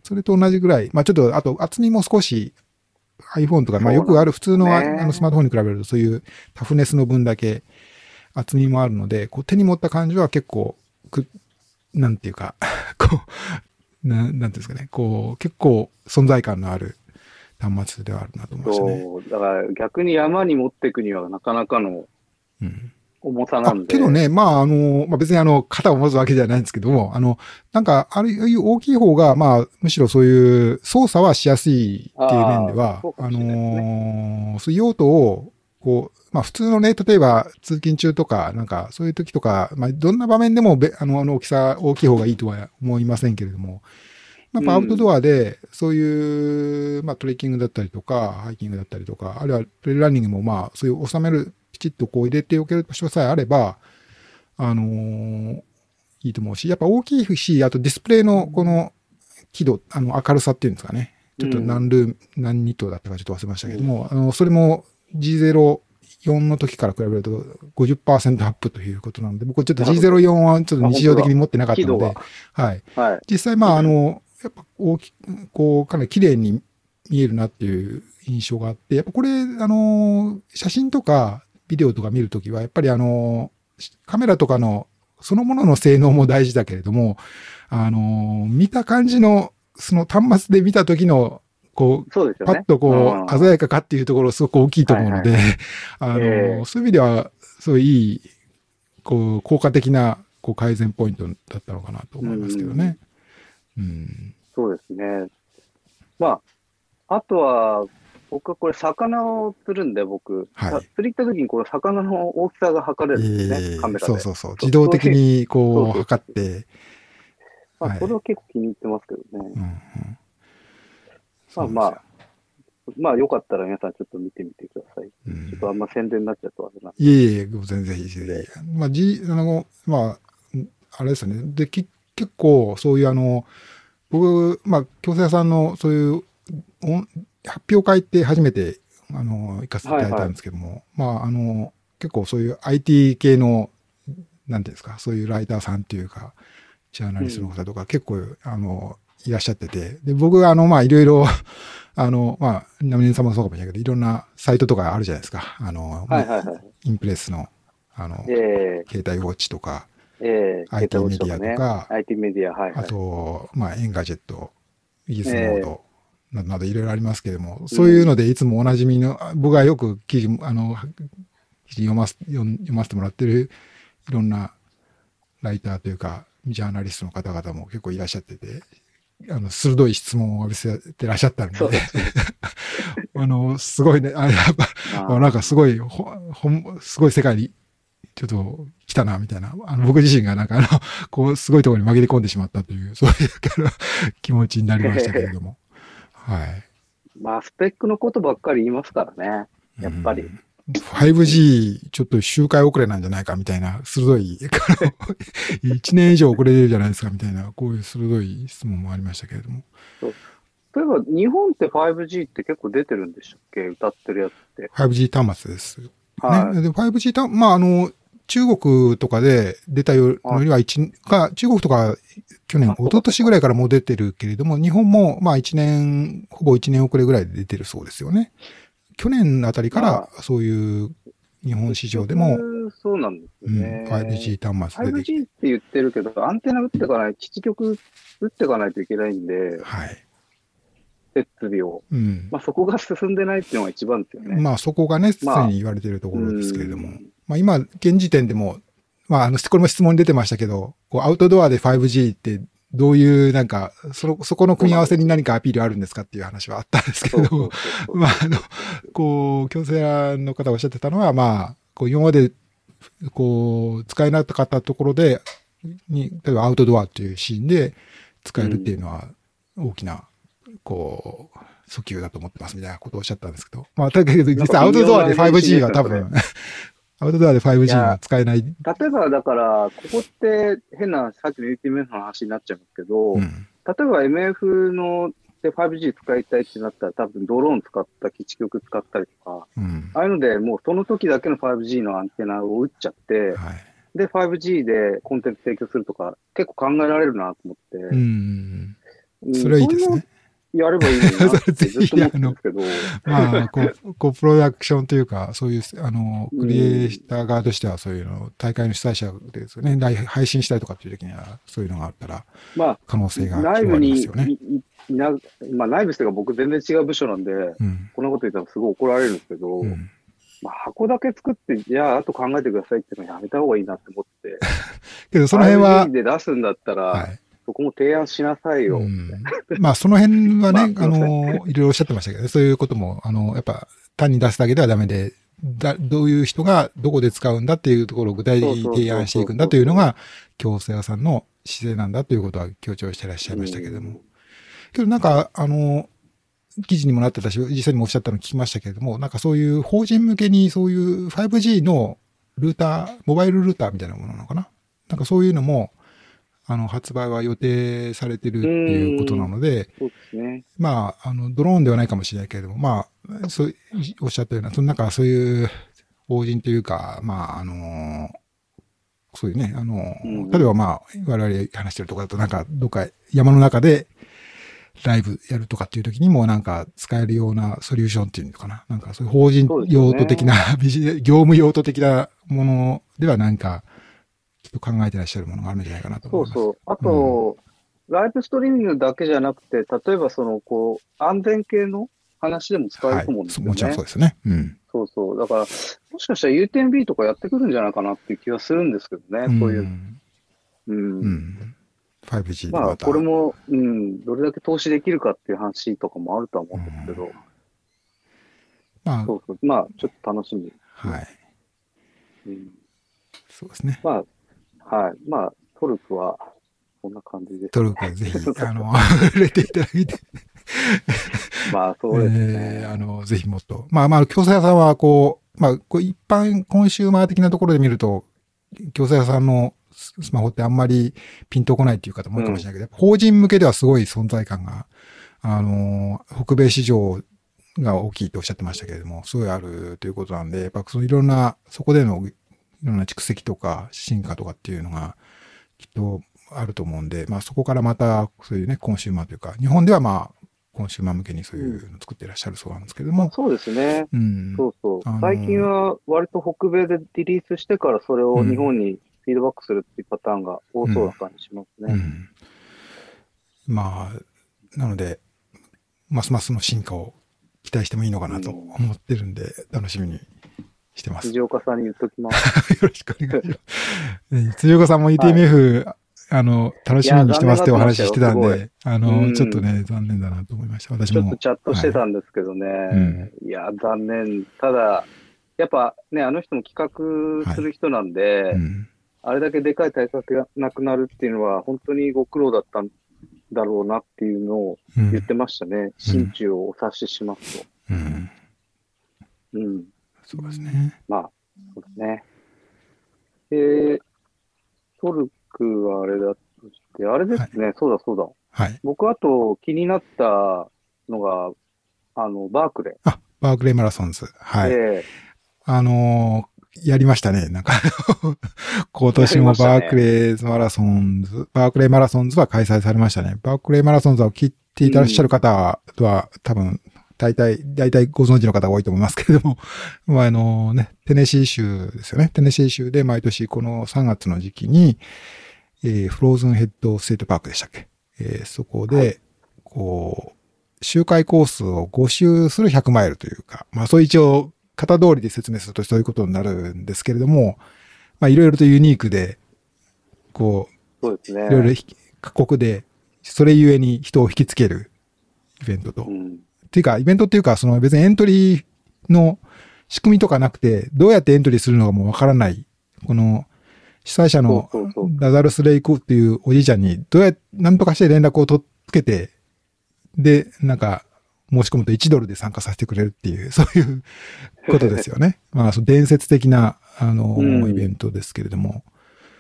B: それと同じぐらい。まあ、ちょっと、あと、厚みも少し iPhone とか、まあ、よくある普通の、ね、あのスマートフォンに比べると、そういうタフネスの分だけ厚みもあるので、こう手に持った感じは結構、く、なんていうか、こう、ななんていうんですかね、こう、結構存在感のある端末ではあるなと思いましたね。
A: そう、だから逆に山に持っていくにはなかなかの重さなんで。うん、
B: けどね、まああの、まあ別にあの、肩を持つわけじゃないんですけども、あの、なんか、あるいう大きい方が、まあ、むしろそういう操作はしやすいっていう面では、あ, あの、そういう用途を、こう、まあ普通のね、例えば通勤中とか、なんかそういう時とか、まあどんな場面でもべ、あの、あの大きさ、大きい方がいいとは思いませんけれども、やっぱアウトドアで、そういう、まあトレッキングだったりとか、ハイキングだったりとか、あるいはトレイルランニングもまあ、そういう収める、きちっとこう入れておける場所さえあれば、あのー、いいと思うし、やっぱ大きいし、あとディスプレイのこの輝度、あの明るさっていうんですかね。ちょっと何ルーム、うん、何ニットだったかちょっと忘れましたけども、うん、あの、それも ジーゼロフォー の時から比べると ごじゅっパーセント アップということなので、僕ちょっと ジーゼロフォー はちょっと日常的に持ってなかったので、はい。はい、実際まああの、やっぱ大き、こう、かなり綺麗に見えるなっていう印象があって、やっぱこれ、あの、写真とかビデオとか見るときは、やっぱりあの、カメラとかのそのものの性能も大事だけれども、あの、見た感じの、その端末で見たときの、 こう、そうですよね、パッとこう、鮮やかかっていうところすごく大きいと思うので、はいはい、あの、えー、そういう意味では、そういういい、こう、効果的な、こう、改善ポイントだったのかなと思いますけどね。うん。うん、
A: そうですね。まあ、あとは、僕はこれ、魚を釣るんで、僕、はい、釣り行った時に、この魚の大きさが測れるんですね、えー、カメラで。
B: そうそうそう。自動的に、こう、測って。
A: まあ、それは結構気に入ってますけどね。うんうん、まあまあ、まあ、よかったら皆さんちょっと見てみてください。うん、ちょっとあんま宣伝になっちゃうとあれなんで。
B: いえいえ、全然いいです。まあ、じ、あの、まあ、あれですよね。で、き結構、そういうあの、僕、まあ、京セラさんのそういう発表会って初めて、あの、行かせていただいたんですけども、はいはい、まあ、あの、結構そういう アイティー 系の、なんていうんですか、そういうライターさんっていうか、ジャーナリストの方とか、結構、あの、いらっしゃってて、で、僕はあの、まあ、いろいろ、あの、まあ、ナミネさんもそうかもしれないけど、いろんなサイトとかあるじゃないですか。あの、はいはいはい、インプレスの、あの、えー、携帯ウォッチとか、えー、アイティー メディアとか、
A: アイティー メディア、はい、はい、
B: あと、まあ、エンガジェット、イギリスモード、などなどいろいろありますけれども、えー、そういうのでいつもおなじみの、うん、僕がよく記事、あの、記事読ませ、読ませてもらってる、いろんなライターというか、ジャーナリストの方々も結構いらっしゃってて、あの、鋭い質問を浴びせてらっしゃったんで、あの、すごいね、あやっぱ、なんかすごい、ほ、ほん、すごい世界に、ちょっと来たな、みたいな。あの、僕自身がなんかあの、こう、すごいところに紛れ込んでしまったという、そういう気持ちになりましたけれども。はい。
A: まあ、スペックのことばっかり言いますからね。やっぱり。
B: ファイブジー ちょっと周回遅れなんじゃないかみたいな、鋭い、いちねん以上遅れてるじゃないですかみたいな、こういう鋭い質問もありましたけれども。
A: 例えば、日本って ファイブジー って結構出てるんでしたっけ？歌ってるやつって。
B: ファイブジー 端末です。はい。ね、で ファイブジー 端、まあ、あの、中国とかで出たのには一か、中国とか去年、一昨年ぐらいからもう出てるけれども、日本もまあ一年、ほぼ一年遅れぐらいで出てるそうですよね。去年あたりからそういう日本市場でも、
A: そうなんですね。
B: うん、ファイブジー 端末で。
A: ファイブジー って言ってるけど、アンテナ打っていかない、基地局打っていかないといけないんで、
B: はい。
A: 設備を。うん。まあそこが進んでないっていうのが一番ですよね。
B: まあそこがね、常に言われているところですけれども。まあ、まあ今、現時点でも、まああの、これも質問に出てましたけど、こうアウトドアで ファイブジー ってどういうなんか、その、そこの組み合わせに何かアピールあるんですかっていう話はあったんですけれども、まああの、こう、京セラの方がおっしゃってたのは、まあ、こう今まで、こう、使えなかったところで、に、例えばアウトドアっていうシーンで使えるっていうのは大きな、こう、訴求だと思ってますみたいなことをおっしゃったんですけど。まあ、だけど実はアウトドアで ファイブジー は多分、アウトドアで ファイブジー は使えない。例
A: えばだから、ここって変な、さっきの ユーティーエムエフ の話になっちゃうんですけど、うん、例えば エムエフ ので ファイブジー 使いたいってなったら多分ドローン使った基地局使ったりとか、うん、ああいうのでもうその時だけの ファイブジー のアンテナを打っちゃって、はい、で ファイブジー でコンテンツ提供するとか結構考えられるなと思って、う
B: ん、それはいいですね。
A: やればいいのになってずっと思ってるんですけど。
B: まあ、こう、こう、プロダクションというか、そういう、あの、クリエイター側としてはそういうの、大会の主催者ですよね。配信したりとかっていう時には、そういうのがあったら、まあ、可能性が広がりますよね。
A: 内部にいな、まあ、内部というか僕全然違う部署なんで、うん、こんなこと言ったらすごい怒られるんですけど、うん、まあ、箱だけ作って、じゃあ、あと考えてくださいっていうのやめた方がいいなって思って。
B: けど、その辺は。
A: ファイブジー で出すんだったら、はいそこも提案しなさいよ。うん、
B: まあ、その辺はね、まあ、あの、いろいろおっしゃってましたけど、ね、そういうことも、あの、やっぱ、単に出すだけではダメで、だ、どういう人がどこで使うんだっていうところを具体的に提案していくんだというのが、京セラさんの姿勢なんだということは強調してらっしゃいましたけれども。うん、けどなんか、あの、記事にもなってたし、実際にもおっしゃったの聞きましたけれども、なんかそういう法人向けにそういう ファイブジー のルーター、モバイルルーターみたいなものなのかななんかそういうのも、あの、発売は予定されてるっていうことなので、
A: そうですね。
B: まあ、あの、ドローンではないかもしれないけれども、まあ、そう、おっしゃったような、そのなんかそういう法人というか、まあ、あの、そういうね、あの、例えばまあ、我々話してるところだとなんか、どっか山の中でライブやるとかっていう時にもなんか使えるようなソリューションっていうのかな。なんかそういう法人用途的な、ね、業務用途的なものではなんか、きっと考えてらっしゃるものがあるんじゃないかなと思います。
A: そうそう。あと、 ライブストリーミングだけじゃなくて、例えばその、こう、安全系の話でも使えると思うんですよね。
B: はい、もちろんそうですね。うん。
A: そうそう。だから、もしかしたら ユーテンビー とかやってくるんじゃないかなっていう気はするんですけどね、うん、そういう。うん。うん、
B: ファイブジー でまた。
A: まあ、これも、うん、どれだけ投資できるかっていう話とかもあるとは思うんですけど。うん、まあ、そうそう。まあ、ちょっと楽しみ。
B: はい。
A: うん、
B: そうですね。
A: まあ、はい。まあ、トルクは、こんな感じです、ね。
B: トルクはぜひ、あの、売れていただいて。
A: まあ、そうですね。
B: えー、あの、ぜひもっと。まあまあ、京セラさんは、こう、まあ、こう一般コンシューマー的なところで見ると、京セラさんのスマホってあんまりピンとこないっていう方も多いかもしれないけど、うん、法人向けではすごい存在感が、あの、北米市場が大きいとおっしゃってましたけれども、すごいあるということなんで、やっぱそのいろんな、そこでのいろんな蓄積とか進化とかっていうのが、きっとあると思うんで、まあそこからまた、そういうね、コンシューマーというか、日本ではまあ、コンシューマー向けにそういうのを作っていらっしゃるそうなんですけれども。
A: まあ、そうですね。
B: うん。
A: そうそう。最近は割と北米でリリースしてからそれを日本にフィードバックするっていうパターンが多そうな感じしますね。
B: うんうん、まあ、なので、ますますの進化を期待してもいいのかなと思ってるんで、楽しみにしてます。
A: 辻岡さんに言っときます。
B: よろしくお願いします。辻岡さんも イーティーエムエフ、はい、あの、楽しみにしてますってお話してたんで、あの、ちょっとね、残念だなと思いました。私も。
A: ちょっとチャットしてたんですけどね。はい、いや、残念。ただ、やっぱね、あの人も企画する人なんで、はい、うん、あれだけでかい対策がなくなるっていうのは、本当にご苦労だったんだろうなっていうのを言ってましたね。うん、心中をお察ししますと。うん。うん。
B: そうですね。
A: まあ、そうですね。で、トルクはあれだとして、あれですね、はい、そうだそうだ。はい。僕、あと気になったのが、あの、バークレー。
B: あ、バークレーマラソンズ。はい。えー、あのー、やりましたね。なんか今年もバークレーマラソンズ、ね、バークレーマラソンズは開催されましたね。バークレーマラソンズを切っていらっしゃる方は、うん、多分、大体、大体ご存知の方が多いと思いますけれども、まあ、あのね、テネシー州ですよね。テネシー州で毎年このさんがつの時期に、えー、フローズンヘッドステートパークでしたっけ、えー、そこで、はい、こう、周回コースをご周するひゃくマイルというか、まあそう一応、型通りで説明するとそういうことになるんですけれども、まあいろいろとユニークで、こう、
A: そうですね。
B: いろいろ各国で、それゆえに人を引きつけるイベントと。うん、っていうか、イベントっていうか、その別にエントリーの仕組みとかなくて、どうやってエントリーするのかもわからない。この、主催者のラザルス・レイクっていうおじいちゃんに、どうやって、なんとかして連絡を取っつけて、で、なんか、申し込むといちドルで参加させてくれるっていう、そういうことですよね。まあ、その伝説的な、あの、うん、イベントですけれども。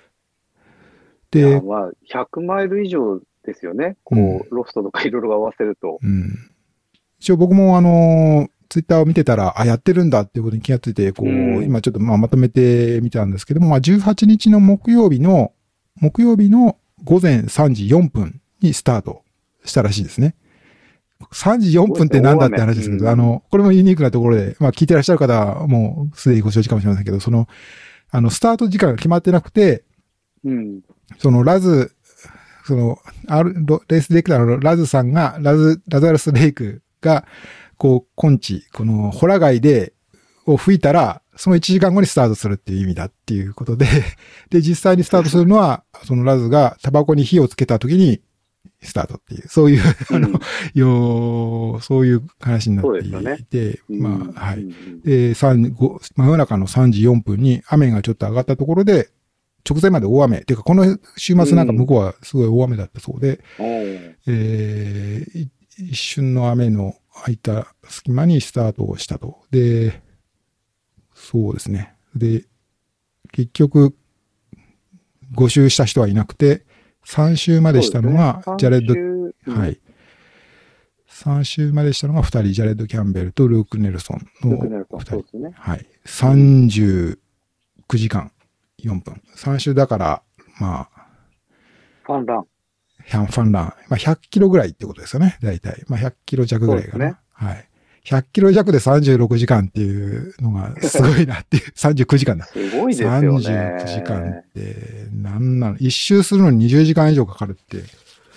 A: で、まあ、ひゃくマイル以上ですよね。こう、うん、ロストとかいろいろ合わせると。
B: うん。一応僕もあの、ツイッターを見てたら、あ、やってるんだっていうことに気がついて、こう、うん、今ちょっとまあまとめてみたんですけども、まあじゅうはちにちの木曜日の、木曜日のごぜんさんじよんぷんにスタートしたらしいですね。さんじよんぷんってなんだって話ですけど、うん、あの、これもユニークなところで、まあ聞いてらっしゃる方はもうすでにご承知かもしれませんけど、その、あの、スタート時間が決まってなくて、
A: うん、
B: そのラズ、その、ある、レースディレクターのラズさんが、ラズ、ラザルス・レイクが、こう、今地、この、ホラ貝で、を吹いたら、そのいちじかんごにスタートするっていう意味だっていうことで、で、実際にスタートするのは、そのラズがタバコに火をつけた時に、スタートっていう、そういう、うん、あの、よそういう話になっていて、ね、まあ、はい。で、三、五、真夜中のさんじよんぷんに雨がちょっと上がったところで、直前まで大雨。っていうか、この週末なんか向こうはすごい大雨だったそうで、うん、えー、一瞬の雨の空いた隙間にスタートをしたと。で、そうですね。で、結局、ご周した人はいなくて、さん周までしたのが、ジャレッド、うん、はい。さん周までしたのがふたり、ジャレッド・キャンベルとルーク・ネルソンのふたり。ね、はい。さんじゅうくじかんよんぷん。さん周だから、まあ。
A: ファンラン。
B: ファンラン。まあ、ひゃっキロぐらいってことですよね。だいたい。まあ、ひゃっキロ弱ぐらいかな。ね、はい。ひゃっキロ弱でさんじゅうろくじかんっていうのがすごいなっていう。さんじゅうくじかんだ。
A: すごいですよね。
B: さんじゅうくじかんって、なんなの。一周するのににじゅうじかん以上かかるって、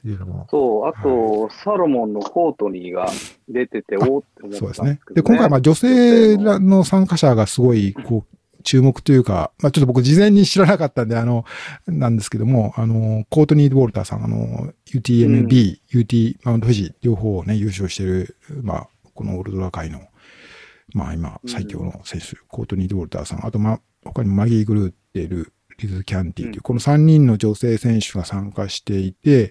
B: いうのも。
A: そう、あと、はい、サロモンのコートニーが出てて、おーって思ったんですけど、ね。
B: そうですね。で、今回、まあ女性の参加者がすごい、こう、注目というか、まあちょっと僕事前に知らなかったんで、あの、なんですけども、あの、コートニー・ウォルターさん、あの、ユーティーエムビー、うん、ユーティー マウント富士、両方をね、優勝してる、まあ、このオールドラ界の、まあ今、最強の選手、うん、コートニー・ウォルターさん、あと、まあ、他にもマギー・グルーテル、リズ・キャンティという、うん、このさんにんの女性選手が参加していて、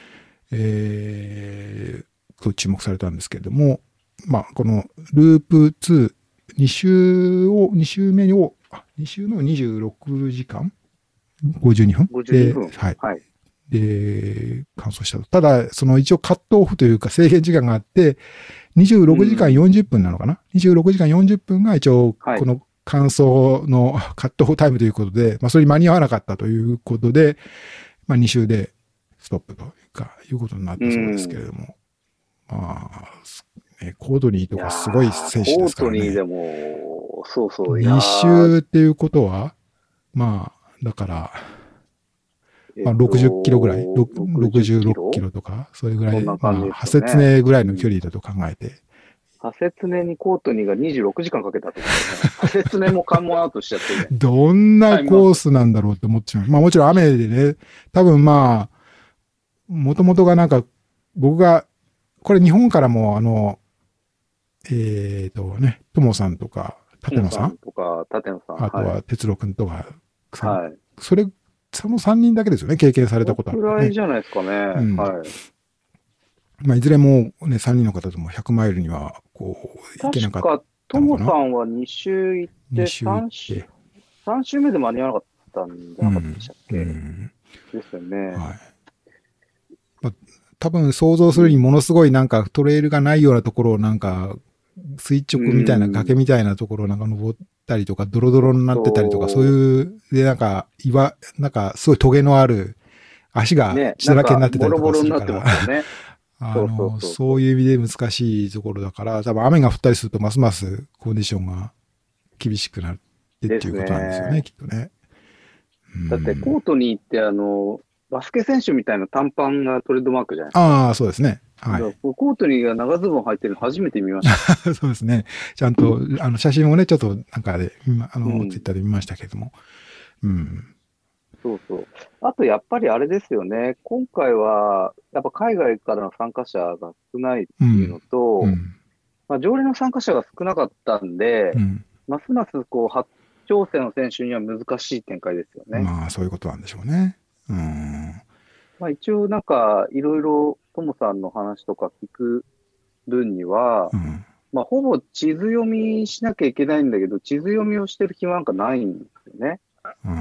B: えー、注目されたんですけれども、まあ、このループに、に週を、に週目を、あ、に週目をにじゅうろくじかん ?ごじゅうに 分
A: ごじゅうにふん。
B: はい。
A: はい。
B: で、完走したと。ただ、その一応カットオフというか制限時間があって、にじゅうろくじかんよんじゅっぷんなのかな、うん、にじゅうろくじかんよんじゅっぷんが一応、この完走のカットオフタイムということで、まあ、それに間に合わなかったということで、まあ、に週でストップというか、いうことになったそうですけれども。うん、まあ、ね、コートニーとかすごい選手ですからね。
A: コートニーでも、そうそう。
B: に週っていうことは、まあ、だから、まあ、ろくじゅっキロぐらい、ろくじゅうろっキロとか、それぐらい、まあ、ハセツネぐらいの距離だと考えて。
A: ハセツネにコートニーがにじゅうろくじかんかけたってことですね。ハセツネも関門アウトしちゃってね。
B: どんなコースなんだろうって思っちゃう。まあもちろん雨でね、多分まあ、もともとがなんか、僕が、これ日本からもあの、えっとね、ともさんとか、立野さん
A: とか、立野さん。
B: あとは哲郎くんとか、
A: はい。
B: それ、そのさんにんだけですよね、経験されたことある、ね。
A: くらいじゃないですかね。うん、はい。
B: まあ、いずれもね、さんにんの方ともひゃくマイルには、こう、行けなかったのかな。
A: 確か、ともさんはに週行って、さん週、さん週目で間に合わなかったんじゃなかったでしたっけ、うんうん、ですよね。はい。
B: まあ、多分想像するにものすごいなんかトレイルがないようなところをなんか、垂直みたいな崖みたいなところをなんか登ったりとか、ドロドロになってたりとか、そういう、で、なんか、岩、なんか、すごいトゲのある、足が血だらけになってたりとかするから。ね、あの、そういう意味で難しいところだから、多分雨が降ったりするとますますコンディションが厳しくなってっていうことなんですよね、ねきっとね。
A: だってコートに行ってあの、バスケ選手みたいな短パンがトレードマークじゃないですか。
B: ああ、そうですね。はい。
A: コートニーが長ズボン履いてるの初めて見ました。
B: そうですね。ちゃんと、あの、写真をね、ちょっとなんかで、あの、うん、ツイッターで見ましたけれども。うん。
A: そうそう。あと、やっぱりあれですよね。今回は、やっぱ海外からの参加者が少ないっていうのと、うんうん、まあ、常連の参加者が少なかったんで、うん、ますますこう、初挑戦の選手には難しい展開ですよね。
B: まあ、そういうことなんでしょうね。うん。
A: まあ、一応なんか、いろいろ、ともさんの話とか聞く分には、うん、まあ、ほぼ地図読みしなきゃいけないんだけど、地図読みをしてる暇なんかないんですよね。うん、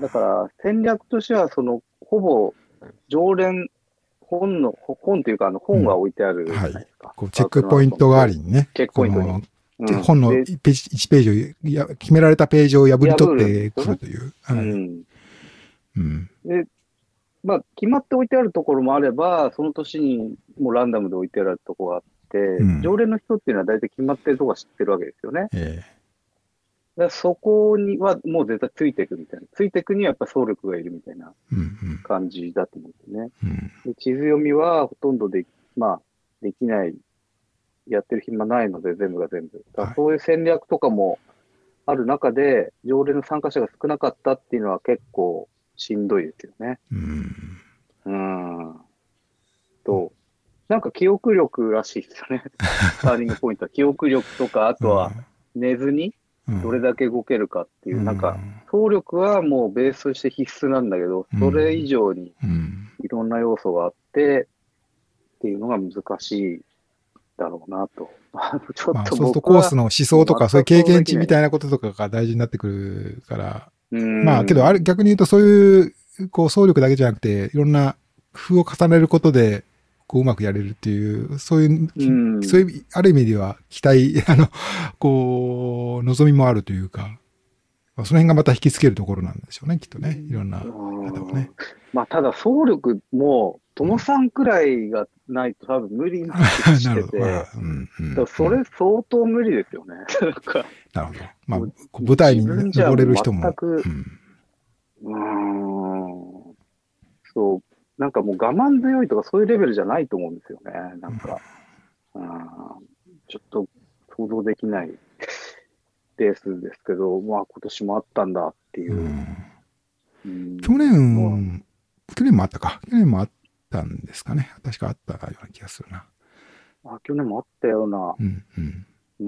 A: だから、戦略としては、その、ほぼ、常連、本の、本というか、あの、本が置いてあるじゃないですか。うんはい、
B: こうチェックポイント代わりにね。
A: チェックポイントに。
B: うん、本のいちページ、いちページをや、決められたページを破り取ってくるという。はい、うん
A: うん、で、まあ、決まって置いてあるところもあれば、その年にもうランダムで置いてあるところがあって、うん、常連の人っていうのは大体決まってるところは知ってるわけですよね。ええだそこにはもう絶対ついていくみたいな。ついていくにはやっぱ総力がいるみたいな感じだと思うんですね。うんうん、で地図読みはほとんどで、まあ、できない、やってる暇ないので全部が全部。だそういう戦略とかもある中で、常連の参加者が少なかったっていうのは結構しんどいですよね。うん。うんと、なんか記憶力らしいですよね。ターニングポイントは記憶力とか、あとは寝ずに、どれだけ動けるかっていう、うん、なんか、走力はもうベースとして必須なんだけど、それ以上にいろんな要素があって、っていうのが難しいだろうなと。
B: ちょっと僕は、まあ、そうするとコースの思想とか、そういう経験値みたいなこととかが大事になってくるから、まあ、けど、あれ、逆に言うとそういう、こう、走力だけじゃなくて、いろんな工夫を重ねることで、こううまくやれるっていう、そういう、うん、そういう、ある意味では期待、あの、こう、望みもあるというか、その辺がまた引きつけるところなんでしょうね、きっとね。いろんな方はね。
A: まあ、ただ、走力も、友さんくらいがないと多分無理にしてて、まあうんうん、それ相当無理ですよね。なんか
B: なるほど。まあ、舞台に登れる人も。
A: 全く、うん、うーんそう。 なんかもう我慢強いとかそういうレベルじゃないと思うんですよね。なんか、うん、ちょっと想像できないレースですけど、まあ今年もあったんだっていう。うん
B: うん、去年、去年もあったか。去年もあったんですかね。確かあったような気がするな。
A: あ、去年もあったような。
B: うんうん。
A: うん、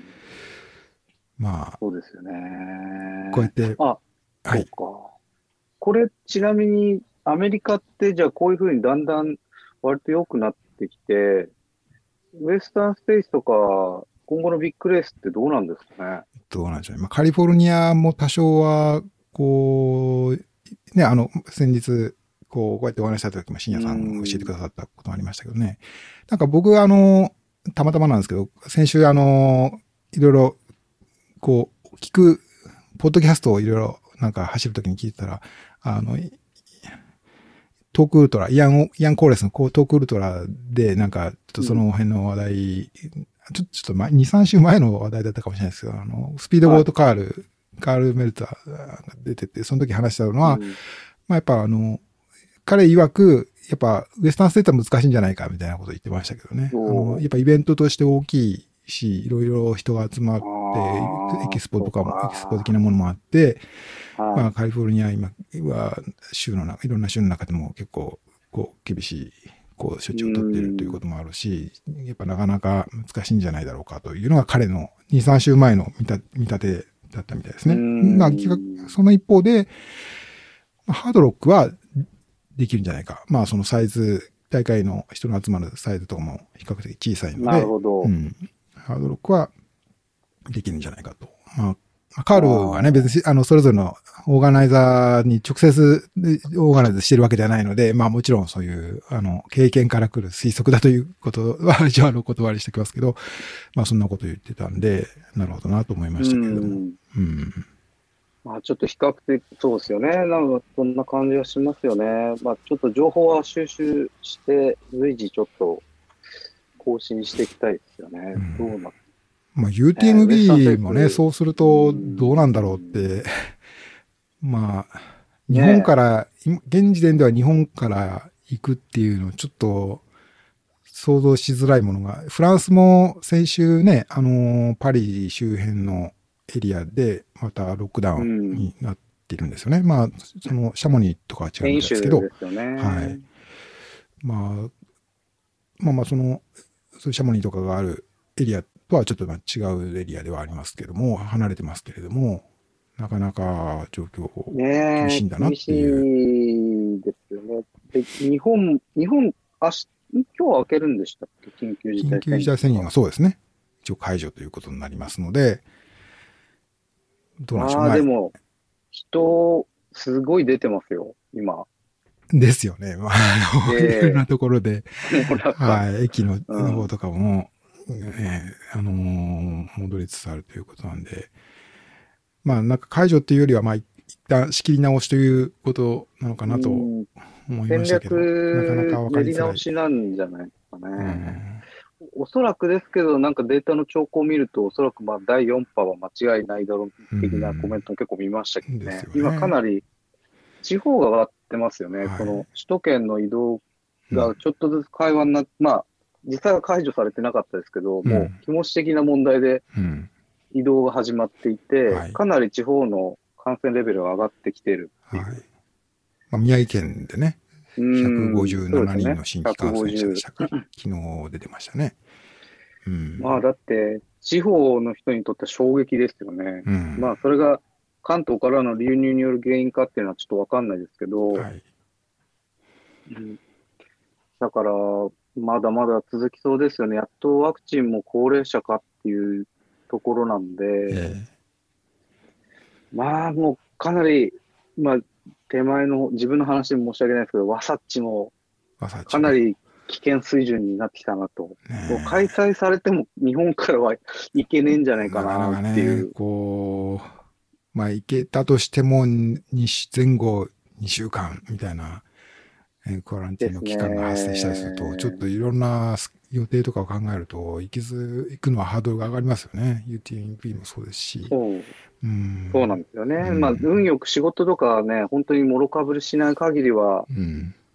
B: まあ。
A: そうですよね。
B: こうやって。
A: あ、はい。そうか。これ、ちなみに、アメリカって、じゃあこういうふうにだんだん割と良くなってきて、ウエスタンステイツとか、今後のビッグレースってどうなんですかね。
B: どうなんでしょうね。まあ、カリフォルニアも多少は、こう、ね、あの、先日、こう、こうやってお話した時も深夜さんが教えてくださったこともありましたけどね。なんか僕、あの、たまたまなんですけど、先週、あの、いろいろ、こう、聞く、ポッドキャストをいろいろ、なんか走るときに聞いてたら、あの、トークウルトラ、イアン、イアンコーレスのトークウルトラで、なんか、ちょっとその辺の話題、うん、ちょっと、ちょっと前、に、さん週前の話題だったかもしれないですけど、あの、スピードボートカール、はい、カール・メルターが出てて、その時話したのは、うん、まあやっぱあの、彼曰く、やっぱウエスタンステートは難しいんじゃないかみたいなことを言ってましたけどね。あの、やっぱイベントとして大きいし、いろいろ人が集まって、エキスポとかも、エキスポ的なものもあって、まあカリフォルニア今は州の中、いろんな州の中でも結構、こう、厳しい、こう、処置を取っているということもあるし、やっぱなかなか難しいんじゃないだろうかというのが彼のに、さん週前の見た見立てだったみたいですね。まあ、その一方で、ハードロックはできるんじゃないか。まあそのサイズ、大会の人の集まるサイズとかも比較的小さいので、
A: なるほど。
B: うん。ハードロックはできるんじゃないかと。まあ、カールはね、別に、あの、それぞれのオーガナイザーに直接オーガナイズしてるわけではないので、まあもちろんそういう、あの、経験から来る推測だということは、一応あの、断りしておきますけど、まあそんなこと言ってたんで、なるほどなと思いましたけれども。うん。うん
A: まあちょっと比較的そうですよね。なんかそんな感じはしますよね。まあちょっと情報は収集して随時ちょっと更新していきたいですよね。うん、どうな
B: まあ ユーティーエムビー もね、そうするとどうなんだろうって、まあ日本から、ね、現時点では日本から行くっていうのをちょっと想像しづらいものが、フランスも先週ね、あのパリ周辺のエリアでまたロックダウンになっているんですよね。うん、まあ、そのシャモニーとかは違うんですけど、
A: ですよね、
B: はい。まあ、まあまあその、そういうシャモニーとかがあるエリアとはちょっと違うエリアではありますけれども、離れてますけれども、なかなか状況厳しいんだなっていう。
A: ね、厳しいですよね。で、日本、日本、明日、今日開けるんでしたっけ？緊急事態宣言。
B: 緊急事態宣言がそうですね。一応解除ということになりますので、どうなんでしょう。
A: ああ、でも、人、すごい出てますよ、今。
B: ですよね。まあ、あの、いろんなところで、はい、駅の方とかも、うん、えー、あのー、戻りつつあるということなんで、まあ、なんか解除っていうよりは、まあ、一旦仕切り直しということなのかなと思いましたけど、なかなか分かりづらい。
A: 練り直しなんじゃないですかね。うん、おそらくですけど、なんかデータの兆候を見ると、おそらくまあだいよん波は間違いないだろう的なコメントも結構見ましたけどね。ね、今かなり地方が上がってますよね。はい、この首都圏の移動がちょっとずつ会話になって、うん、まあ、実際は解除されてなかったですけど、うん、もう気持ち的な問題で移動が始まっていて、はい、かなり地方の感染レベルが上がってきているっていう。はい、
B: まあ、宮城県でね、ひゃくごじゅうななにんの新規感染者でしたから、ね、昨日出てましたね。
A: うん、まあだって、地方の人にとって衝撃ですよね。うん、まあそれが関東からの流入による原因かっていうのはちょっとわかんないですけど、はいうん、だから、まだまだ続きそうですよね。やっとワクチンも高齢者かっていうところなんで、えー、まあもうかなり、まあ手前の自分の話で申し訳ないですけど、ワサッチもかなり危険水準になってきたなと。ね、開催されても日本からはいけねえんじゃないかなっていう。なかなかね、
B: こう、まあ行けたとしても前後にしゅうかんみたいなクアランティーンの期間が発生したりすると、ちょっといろんな予定とかを考えると、行きず、行くのはハードルが上がりますよね。ユーティーエムビー もそうですし。
A: そう。うん、そうなんですよね。うん、まあ、運よく仕事とかね、本当にもろかぶりしない限りは、うん、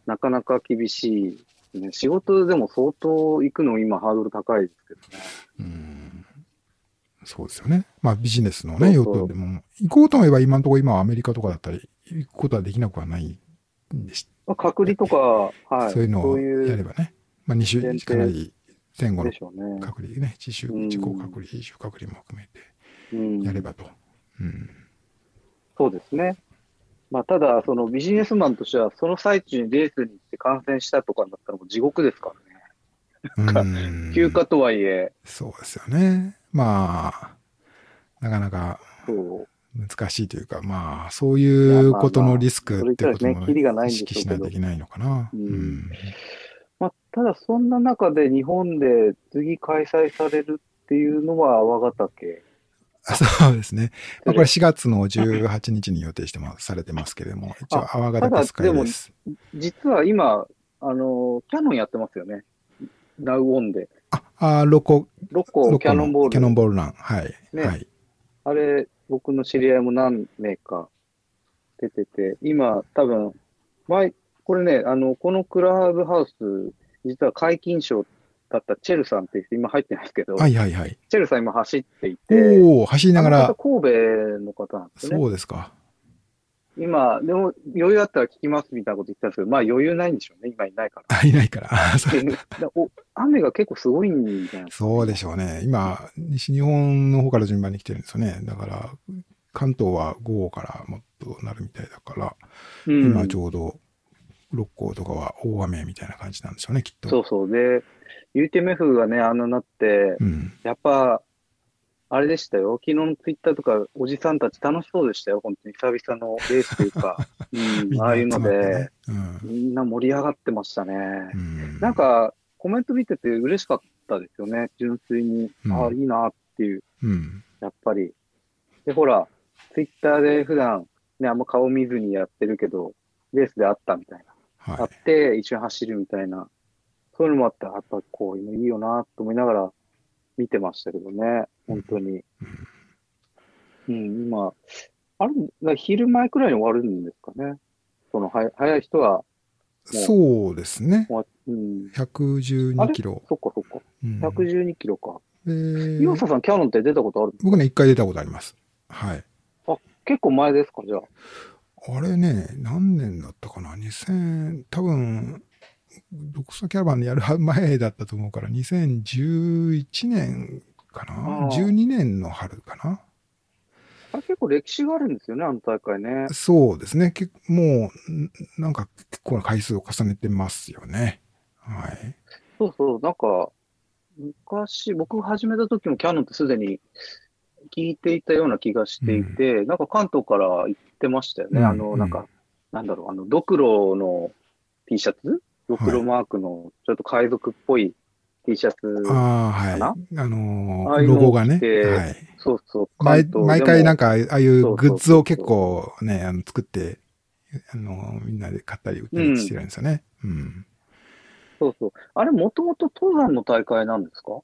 A: なかなか厳しい、ね。仕事でも相当行くの今ハードル高いですけどね。
B: うん。そうですよね。まあビジネスのね、用途でも、行こうと思えば今のところ今はアメリカとかだったり、行くことはできなくはないんでし
A: まあ、隔離とか、はい。
B: そういうのをやればね。まあに週、かなり前後の隔離ね、自主、自己隔離、自主隔離も含めてやればと。うんうん、
A: そうですね。まあ、ただ、そのビジネスマンとしては、その最中にレースに行って感染したとかだったらもう地獄ですからね。なんか、休暇とはいえ。
B: そうですよね。まあ、なかなか難しいというか、まあ、そういうことのリスクってことも意識しないといけないのかな。
A: まあ、ただ、そんな中で日本で次開催されるっていうのは泡ヶ岳。
B: そうですね。まあ、これしがつのじゅうはちにちに予定してもされてますけれども、一応泡ヶ岳スカイレース。
A: でも、実は今、あの、キャノンやってますよね。ナウオンで。
B: あ、あ、ロコ。
A: ロコキャノンボール。
B: キャノンボールラン。はい。
A: ね、
B: はい。
A: あれ、僕の知り合いも何名か出てて、今、多分、前、これね、あの、このクラブハウス、実は皆勤賞だったチェルさんって人今入ってないですけど、
B: はいはいはい。
A: チェルさん今走っていて、
B: おお、走りながら。
A: 神戸の方なんですね。
B: そうですか。
A: 今、でも余裕あったら聞きますみたいなこと言ってたんですけど、まあ余裕ないんでしょうね、今いないから。
B: いないから。
A: お雨が結構すごいんじゃないですか、ね。
B: そうでしょうね。今、西日本の方から順番に来てるんですよね。だから、関東は午後からもっとなるみたいだから、うん、今ちょうど六甲とかは大雨みたいな感じなんでしょうね、きっと。
A: そうそう。で、ユーティーエムエフ がね、あんななって、うん、やっぱ、あれでしたよ。昨日のツイッターとか、おじさんたち楽しそうでしたよ。本当に久々のレースというか、うん、ああいうので、うん、みんな盛り上がってましたね。うん、なんか、コメント見てて嬉しかったですよね。純粋に。うん、ああ、いいなっていう。うん、やっぱり。で、ほら、ツイッターで普段、ね、あんま顔見ずにやってるけど、レースで会ったみたいな。はい、会って、一緒に走るみたいな。そういうのもあったら、やっぱこういうのいいよなと思いながら見てましたけどね。本当に。うん、うん、今、あれ、昼前くらいに終わるんですかね。その、は早い人は。
B: そうですね。
A: うん、
B: ひゃくじゅうにキロ。
A: そっかそっか。うん、ひゃくじゅうにキロか。
B: えー、
A: 岩佐さん、キャノンって出たことあるんですか？
B: 僕ね、一回出たことあります。はい。
A: あ、結構前ですか、じゃあ。
B: あれね、何年だったかな ?にせん、多分、ドクサキャラバンでやる前だったと思うから、にせんじゅういちねんかな ?じゅうに 年の春かな。
A: あれ結構歴史があるんですよね、あの大会ね。
B: そうですね。もう、なんか結構な回数を重ねてますよね。はい。
A: そうそう、なんか、昔、僕が始めた時もキャノンってすでに聞いていたような気がしていて、うん、なんか関東から行ってましたよね。うん、あの、なんか、うん、なんだろう、あの、ドクロの T シャツドクロマークのちょっと海賊っぽい T シャツかな、
B: ああ、はい。あのー、ロゴがね。はい。
A: そうそう。
B: 毎毎回なんか、ああいうグッズを結構ね、あの作って、あのー、みんなで買ったり売ったりしてるんですよね。うん。うん、
A: そうそう。あれ、もともと登山の大会なんですか？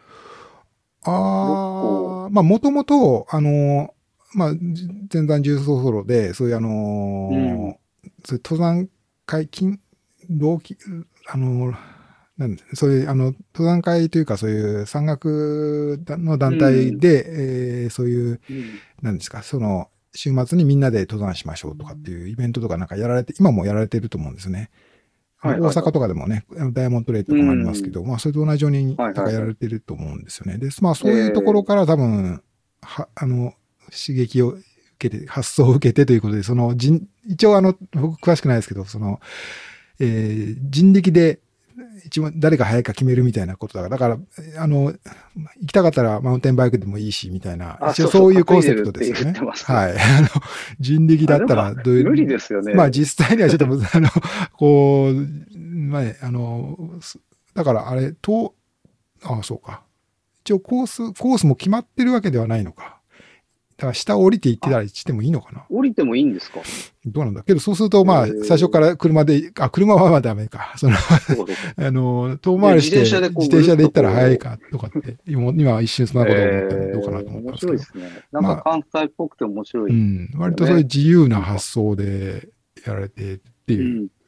B: ああ、まあ、もともと、あのー、まあ、前山重曹ソロで、そういうあのー、うん、そういう登山会、金、同期、あのー、なんでそういう、あの、登山会というか、そういう山岳の団体で、うん、えー、そういう、うん、なんですか、その、週末にみんなで登山しましょうとかっていうイベントとかなんかやられて、今もやられてると思うんですね。はいはいはい、大阪とかでもね、ダイヤモンドレイとかもありますけど、うん、まあ、それと同じように、なんかやられてると思うんですよね。で、まあ、そういうところから多分、は、あの、刺激を受けて、発想を受けてということで、その人、一応あの、僕詳しくないですけど、その、えー、人力で、一番誰が早いか決めるみたいなことだから、だから、あの、行きたかったらマウンテンバイクでもいいし、みたいな、一応そういうコンセプトですよね。はい。あの、人力だったらどういう。
A: 無理ですよね。
B: まあ実際にはちょっと、あの、こう、まあ、あの、だからあれ、と、ああ、そうか。一応コース、コースも決まってるわけではないのか。だから下を降りて行ってたりしてもいいのかな。
A: 降りてもいいんですか？
B: どうなんだけど、そうすると、まあ、最初から車で、あ、車はまあダメか。その、あの、遠回りして、自転車で行ったら早いか、とかって、今、今一瞬そんなこと思ったらどうかなと思ったんですけど。
A: 面白いですね。なんか関西っぽくて面白い、
B: まあ。うん。割とそういう自由な発想でやられてっていう。うん、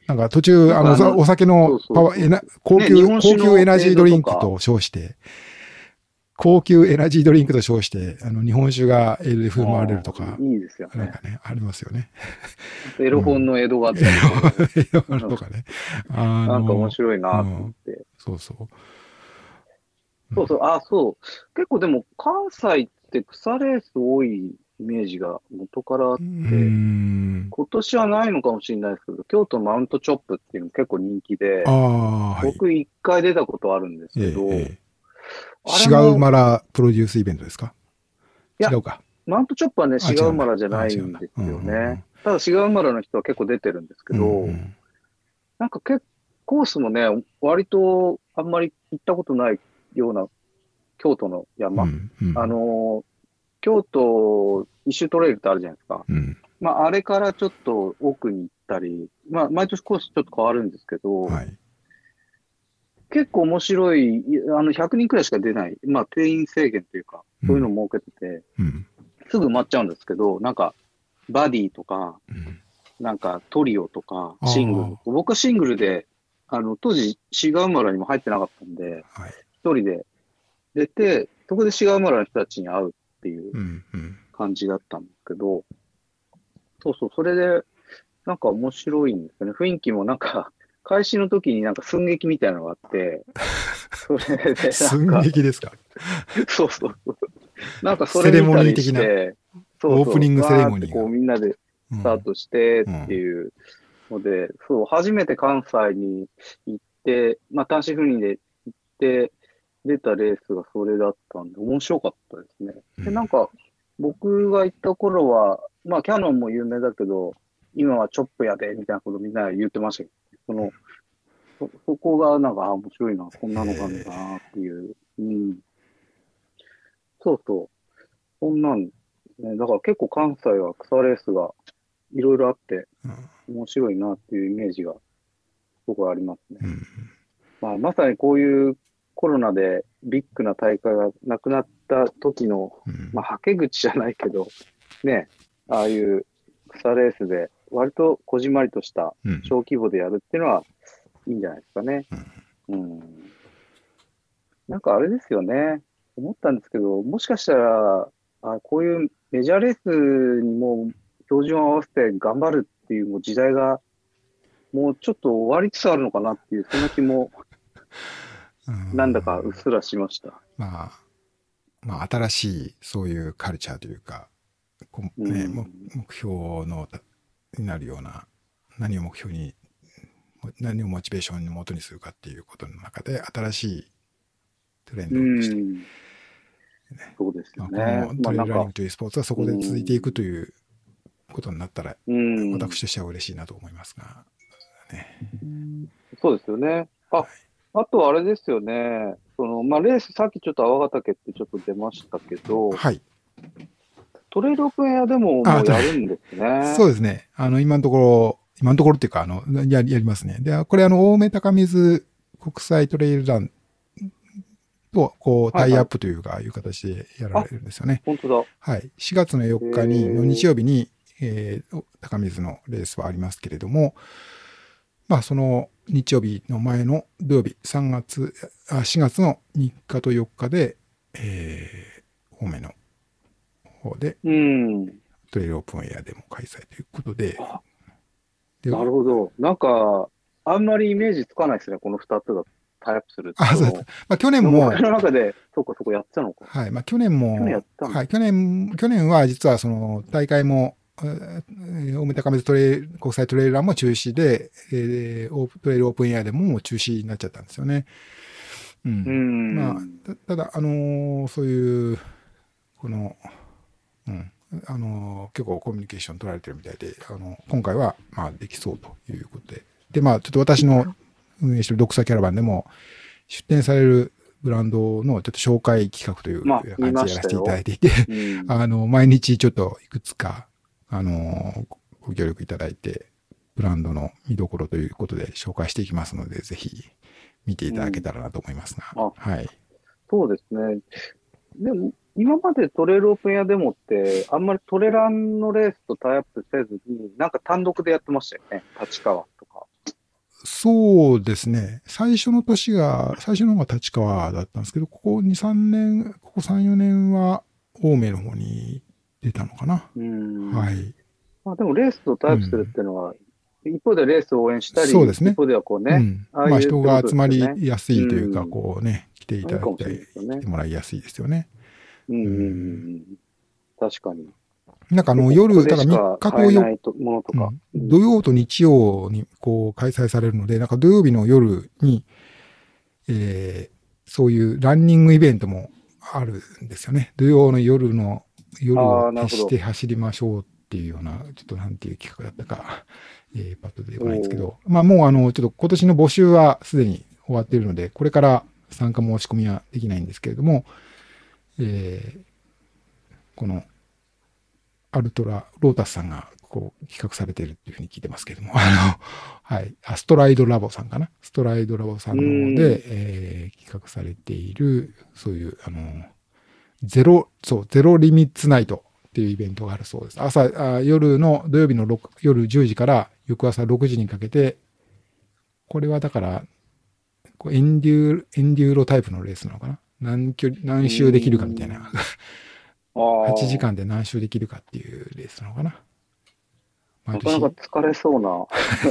B: なんか途中、あの、あのお酒のパワー、エナ、高級、ね、高級エナジードリンクと称して、高級エナジードリンクと称して、あの、日本酒がエールで振る舞われるとか。
A: いいですよね。
B: なんかね、ありますよね。
A: エロ本の江戸があったりとか。
B: エロ本とかね。
A: あなんか面白いなと思って、うん。
B: そうそう。
A: そうそう、あ、そう。結構でも、関西って草レース多いイメージが元からあって、今年はないのかもしれないですけど、京都マウントチョップっていうのも結構人気で、
B: あ
A: 僕一回出たことあるんですけど、ええ
B: え、シガウマラプロデュースイベントですか？違うか。
A: マウントチョップはね、シガウマラじゃないんですよね。ただシガウマラの人は結構出てるんですけど、うんうん、なんか結構コースもね、割とあんまり行ったことないような京都の山。うんうん、あの、京都一周トレイルってあるじゃないですか。うん、まあ、あれからちょっと奥に行ったり、まあ、毎年コースちょっと変わるんですけど、はい、結構面白い、あの、ひゃくにんくらいしか出ない、まあ、定員制限というか、そういうのを設けてて、うん、すぐ埋まっちゃうんですけど、なんか、バディとか、うん、なんかトリオとか、シングル。僕はシングルで、あの、当時、シガウマラにも入ってなかったんで、はい、一人で出て、そこでシガウマラの人たちに会うっていう感じだったんですけど、うんうん、そうそう、それで、なんか面白いんですよね。雰囲気もなんか、開始の時になんか寸劇みたいなのがあって、それで
B: 寸劇ですか？
A: そうそうそう。なんかそれ見たりして、
B: そうそうオープニングセレモニー
A: が。こうみんなでスタートしてっていうので、うんうん、そう、初めて関西に行って、まあ単身赴任で行って、出たレースがそれだったんで、面白かったですね。で、なんか、僕が行った頃は、まあキャノンも有名だけど、今はチョップやで、みたいなことみんな言ってましたけど、その、そ、そこがなんか、あ、面白いな、こんなのがあるんだなっていう。うん。そうそう。そんなんですね。だから結構関西は草レースがいろいろあって、面白いなっていうイメージが、すごくありますね。うん、まあ、まさにこういうコロナでビッグな大会がなくなった時の、うん、まあ、はけ口じゃないけど、ね、ああいう草レースで割とこじんまりとした小規模でやるっていうのはいいんじゃないですかね。うん。うん、なんかあれですよね。思ったんですけど、もしかしたら、あこういうメジャーレースにも標準を合わせて頑張るっていうもう時代がもうちょっと終わりつつあるのかなっていう、そんな気も、なんだかうっすらしました。
B: まあ、まあ、新しいそういうカルチャーというか、ね、うん、目標のになるような、何を目標に、何をモチベーションに元にするかっていうことの中で、新しいトレンドとして、うん
A: ね、そうですよね。
B: まあ、このトレイルランニングというスポーツはそこで続いていくということになったら、うん、私としては嬉しいなと思いますが、ね、
A: そうですよね。あ、はい、あとはあれですよね。その、まあ、レース、さっきちょっと泡ヶ岳ってちょっと出ましたけど、
B: はい。
A: トレイルオープンエアでももうやるんですね。
B: そうですね。あの、今のところ、今のところっていうか、あの、や、やりますね。で、これあの、青梅高水国際トレイルランと、こう、タイアップというか、いう形でやられるんですよね。
A: 本当だ。
B: はい。しがつのよっかに、の日曜日に、えー、高水のレースはありますけれども、まあ、その日曜日の前の土曜日、さんがつ、あ、しがつのみっかとよっかで、えー、青梅の方で、
A: うん、
B: トレイルオープンエアでも開催ということで。
A: でなるほど。なんか、あんまりイメージつかないですね、このふたつがタイアップする
B: あ、そうまあ、去年も。
A: 僕の中で、そうか、そこやってたのか。
B: はい。まあ、去年も。
A: 去年やったの
B: はい。去年、去年は実はその大会も、青梅高水トレイル、国際トレイルランも中止で、えー、オープトレイルオープンエアでももう中止になっちゃったんですよね。うん。うんまあ、た, ただ、あのー、そういう、この、うん。あのー、結構コミュニケーション取られてるみたいで、あの、今回は、まあ、できそうということで。で、まあ、ちょっと私の運営してるドクサキャラバンでも、出展されるブランドのちょっと紹介企画という感じでやらせていただいていて、まあ、うん、あの、毎日ちょっといくつか、あの、ご協力いただいて、ブランドの見どころということで紹介していきますので、ぜひ見ていただけたらなと思いますが。うん、はい。
A: そうですね。でも、今までトレイルオープンエアデモって、あんまりトレランのレースとタイアップせずに、なんか単独でやってましたよね。立川とか。
B: そうですね。最初の年が、最初の方が立川だったんですけど、ここに、さんねん、ここさん、よねんは青梅の方に出たのかな。
A: うん。
B: はい。
A: まあでもレースとタイプするっていうのは、うん、一方でレースを応援したり、
B: そうですね。
A: 一方ではこうね、
B: うん、
A: ああいう、
B: まあ人が集まりやすいというか、
A: うん、
B: こうね、来ていただきたい、ね、来てもらいやすいですよね。
A: うんうんうんうん。確かに。
B: なんかあの夜、だからみっかこうよ、
A: ものとか、
B: うん、土曜と日曜にこう開催されるので、なんか土曜日の夜に、えー、そういうランニングイベントもあるんですよね。土曜の夜の、夜を消して走りましょうっていうような、ちょっとなんていう企画だったか、えー、パッと出てこないんですけど、まあもうあの、ちょっと今年の募集はすでに終わっているので、これから参加申し込みはできないんですけれども、えー、この、アルトラ、ロータスさんがこう企画されているっていうふうに聞いてますけれども、あの、はい、アストライドラボさんかな。ストライドラボさんの方で、えー、企画されている、そういう、あの、ゼロ、そう、ゼロリミッツナイトっていうイベントがあるそうです。朝、あ夜の、土曜日の夜じゅうじから翌朝ろくじにかけて、これはだから、こうエンデュー、エンデューロタイプのレースなのかな。何距離、何周できるかみたいな。はちじかんで何周できるかっていうレースなのかな。
A: なかなか疲れそうな。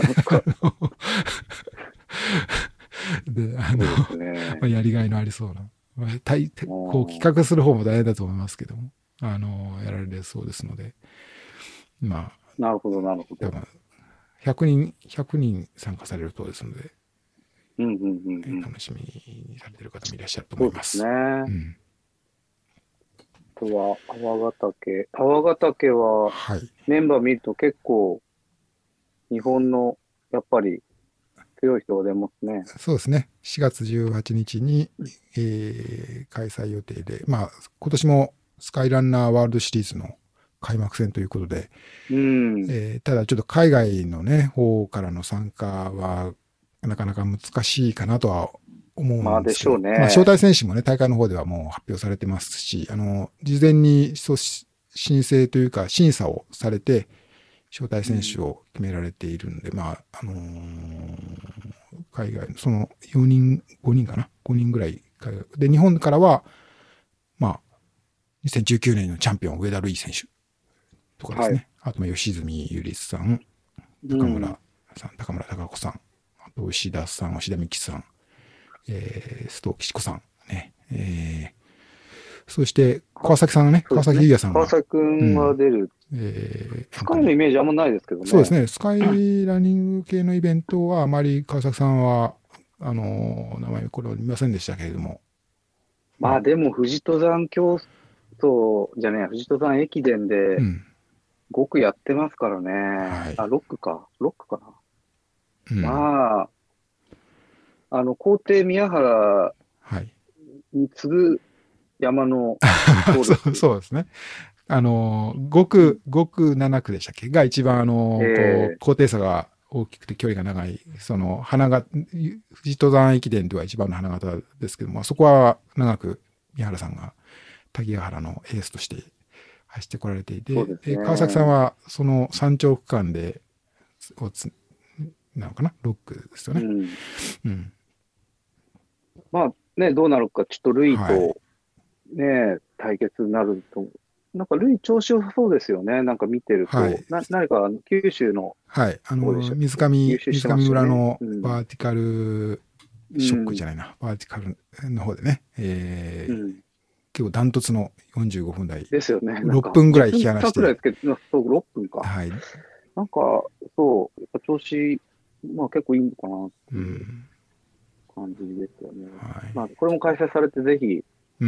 B: で、あの、ね、まあ、やりがいのありそうな。まあ、たいこう企画する方も大変だと思いますけども、あの、やられるそうですので、まあ。
A: なるほど、なるほど。
B: ひゃくにん、ひゃくにん参加されるそうですので、
A: うんうんうんうん、
B: 楽しみにされてる方もいらっしゃると思います。
A: そうですね。うんあとは、泡ヶ岳。泡ヶ岳は、メンバー見ると結構、日本の、やっぱり、強い人が出ますね。
B: そうですね。しがつじゅうはちにちに、えー、開催予定で、まあ、今年もスカイランナーワールドシリーズの開幕戦ということで、
A: うん
B: えー、ただちょっと海外のね、方からの参加は、なかなか難しいかなとは思うんですけど、まあでしょうね。まあ招待選手もね、大会の方ではもう発表されてますし、あの、事前に申請というか審査をされて、招待選手を決められているんで、うん、まあ、あのー、海外の、そのよにん、ごにんかな ?ご 人ぐらい。で、日本からは、まあ、にせんじゅうきゅうねんのチャンピオン、上田瑠衣選手とかですね。はい、あと、吉住ゆりさん、高村さん、うん、高村貴子さん、あと、牛田さん、牛田美希さん、えー、須藤岸子さん、ね。えー、そして、川崎さんのね、川崎優也さんが。
A: 川崎くんが出る。うん、えー、スカイのイメージあんまないですけどね。
B: そうですね。スカイランニング系のイベントは、あまり川崎さんは、あの、名前これは見ませんでしたけれども。
A: まあでも、富士登山競争じゃねえ、富士登山駅伝で、ごくやってますからね。うんはい、あ、ろっくか。ろっくかな。うん、まあ、あの、皇帝宮原に次ぐ山の、
B: はい、そうそうですね。あの、ごく、ごくななくでしたっけが一番あの、えー、こう、高低差が大きくて距離が長い、その、花が、富士登山駅伝では一番の花形ですけども、そこは長く宮原さんが滝ヶ原のエースとして走ってこられていて、で、ね、川崎さんはその山頂区間で、なのかなロックですよね。うん。うん、
A: まあね、どうなるか、ちょっとルイとね、はい、対決になると、なんかルイ調子良さそうですよね。なんか見てると。はい、な何か九州の。
B: はい。あの、水上、ね、水上村のバーティカルショックじゃないな。うん、バーティカルの方でね。えーうん、結構ダントツのよんじゅうごふん台。
A: ですよね。
B: ろっぷんぐらい引き離して。
A: ろっぷんですけど、そう、ろっぷんか。
B: はい。
A: なんか、そう、やっぱ調子、まあ結構いいのかなっていう感じですよね。うんはい、まあこれも開催されてぜひ、うん、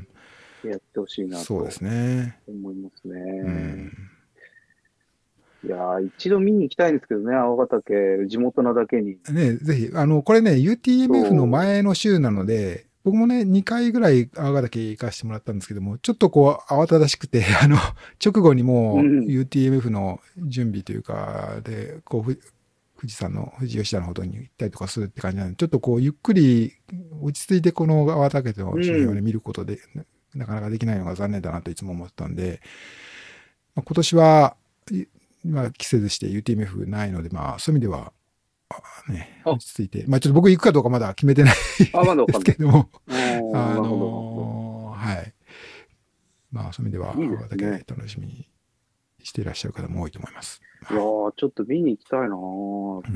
A: やってほしいなと思いますね。そうですね。うんいやー、一度見に行きたいんですけどね、青ヶ岳、地元なだけに。
B: ね、ぜひ、あの、これね、ユーティーエムエフ の前の週なので、僕もね、にかいぐらい青ヶ岳行かせてもらったんですけども、ちょっとこう、慌ただしくて、あの、直後にもう、ユーティーエムエフ の準備というか、で、こう、富士山の、富士吉田のほどに行ったりとかするって感じなので、ちょっとこう、ゆっくり、落ち着いてこの青ヶ岳の周辺をね、見ることで、なかなかできないのが残念だなといつも思ってたんで、まあ、今年は、まあ、季節して ユーティーエムエフ ないので、まあ、そういう意味では、 ね、落ち着いて。まあちょっと僕行くかどうかまだ決めてない
A: あ、まだわ
B: です
A: かんない。
B: けども。
A: あ
B: あのー、はい。まあそういう意味では、
A: いいですね。
B: 楽しみにしていらっしゃる方も多いと思います。
A: いやー、ちょっと見に行きたいなー。うん。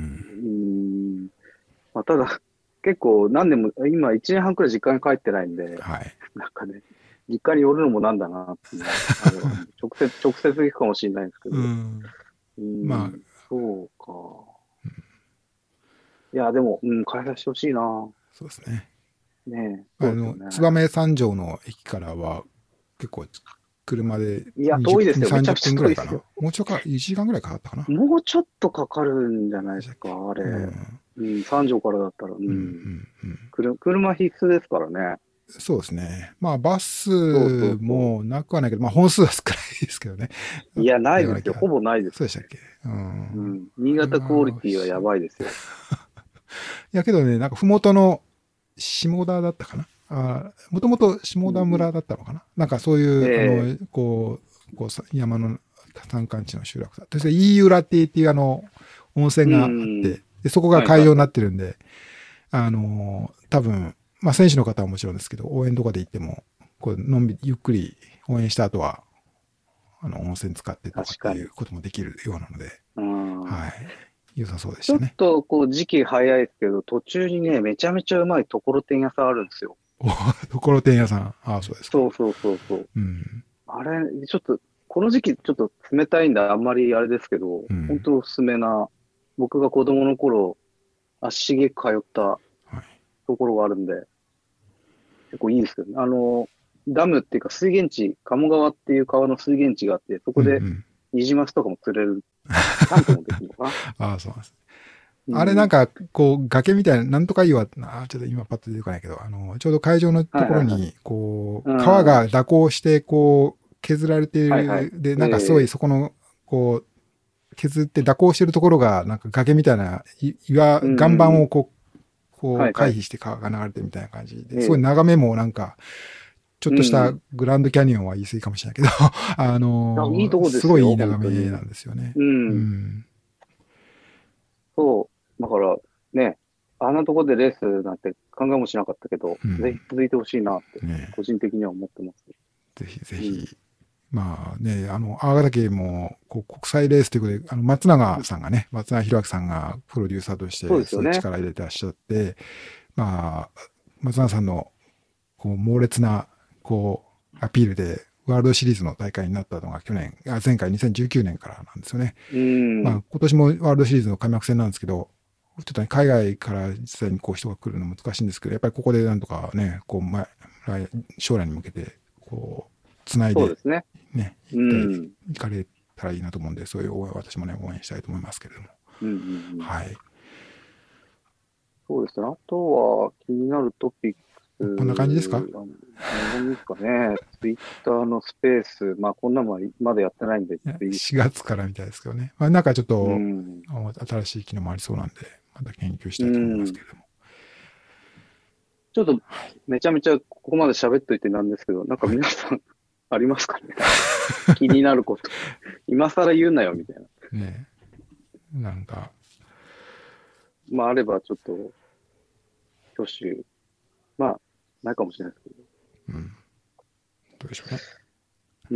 A: んまあ、ただ、結構何年も、今いちねんはんくらい実家に帰ってないんで、
B: はい。
A: なんかね、実家に寄るのもなんだなっていうのはあれは直接、直接行くかもしれないんですけど。
B: うん。
A: うん、
B: まあ、
A: そうか。いや、でも、うん、開催してほしいな。
B: そうですね。
A: ねえ、
B: あの、
A: そうですよね。
B: 燕三条の駅からは結構車で
A: いや、
B: 20分、
A: 遠いですよ。めちゃ
B: 30
A: くちゃ
B: 分ぐらいかな。
A: 遠いですよ。
B: もうちょいか、いちじかんぐらいかかったかな。
A: もうちょっとかかるんじゃないですか、
B: でしたっけ。
A: あれ。
B: うん。
A: うん、三条からだったら、う
B: うん、う
A: ん。
B: ん、うん。
A: 車車必須ですからね。
B: そうですね。まあ、バス
A: そうそうそ
B: もなくはないけど、まあ、本数は少ないですけどね。
A: う。いや、ないですよ。
B: だような気が。
A: ほぼないです。
B: そうでしたっけ。うん。
A: うん。新
B: あれ
A: 潟クオリ
B: は、
A: ティはやばいですよ。
B: いやけどね、なんか、ふもとの下田だったかな。あもともと下田村だったのかな。なんかそういう、あ
A: ええ
B: の、こう、こうさ山の山間地の集落だ。そして飯浦亭っていうあの、温泉
A: う
B: があっ
A: ん。
B: て、でそこが
A: はいはい。
B: 会場になってるんで、あの、多分、まあ選手の方はもちろんですけど、応援とかで行っても、こう、のんびり、ゆっくり応援した後は、あの、温泉使ってとかって
A: 確かに。
B: いうこともできるようなので、
A: うん。
B: はい。良さそうでし
A: ちょっ
B: たね。
A: と、こう、時期早いですけど、途中にね、めちゃめちゃうまいところてん屋さんあるんですよ。
B: お、ところてん屋さん。ああ、そうですか。
A: そうそうそうそう。
B: うん。
A: あれ、ちょっと、この時期ちょっと冷たいんであんまりあれですけど、
B: うん。
A: 本当おすすめな、僕が子供の頃、足しげく通った
B: はい。
A: ところがあるんで、結構いいですけどね。あの、ダムっていうか水源地、鴨川っていう川の水源地があって、そこで
B: うんうん。
A: ニジマスとかも釣れる、キャンプもできるのかな。
B: ああ、そうなんです。
A: うん。
B: あれなんか、こう、崖みたいな、なんとか岩、あーちょっと今パッと出てこないけど、あの、ちょうど会場のと
A: はいはいはい。
B: ころに、こう、
A: うん。
B: 川が蛇行して、こう、削られてい
A: はいはい。
B: る、で、
A: え
B: なんかすごい
A: え
B: そこの、こう、削って蛇行してるところが、なんか崖みたいな、い岩、
A: うん
B: 岩
A: うんうん。
B: 盤をこう、こう、
A: はいはい。
B: 回避して川が流れてるみたいな感じで、すごい
A: ええ
B: 眺めもなんか、ちょっとした
A: うんうん。
B: グランドキャニオンは言い過ぎかもしれないけど、あ
A: いや、いいと
B: のーすごいいい
A: こですよ、本当に。
B: 眺めなんですよね。
A: う
B: う
A: ん。
B: ん。
A: そう。だから、ね、あんなとこでレースなんて考えもしなかったけど、
B: うん。
A: ぜひ続いてほしいなって、
B: ね、
A: 個人的には思ってます。
B: ぜひぜ
A: うん。
B: ひ。まあね、あの、青岳もこう国際レースということで、あの、松永さんがね、松永博明さんがプロデューサーとしてすごい
A: そうですよね。
B: 力入れてらっしゃって、まあ、松永さんのこう猛烈なこうアピールでワールドシリーズの大会になったのが去年、あ前回にせんじゅうきゅうねんからなんですよね。
A: うん。
B: まあ今年もワールドシリーズの開幕戦なんですけど、ちょっとね、海外から実際にこう人が来るの難しいんですけど、やっぱりここでなんとかね、こう前、来将来に向けて、こう、つないで
A: そうですね。
B: ね、
A: う
B: 行ったり、
A: ん。
B: 行かれたらいいなと思うんで、そういう応援、私もね、応援したいと思いますけれども。
A: うんうんうん。
B: はい。
A: そうですね。あとは気になるトピック
B: こんな感じですか？
A: ス、あのこんな感じですかね。ツイッターのスペース、まあこんなもんまだやってないんで、ちょっといい。
B: しがつからみたいですけどね。まあなんかちょっ
A: う
B: と、
A: ん。
B: 新しい機能もありそうなんで、また研究し
A: う
B: たいと思います
A: ん。
B: けれども。
A: ちょっと
B: はい。
A: めちゃめちゃここまで喋っといてなんですけど、なんか
B: はい。
A: 皆さんありますかね。気になること。今更言うなよ、みたいな。
B: ねえ。なんか、
A: まああればちょっと挙手、まあないかもしれないですけど。
B: うん。どうでしょうね。
A: うん。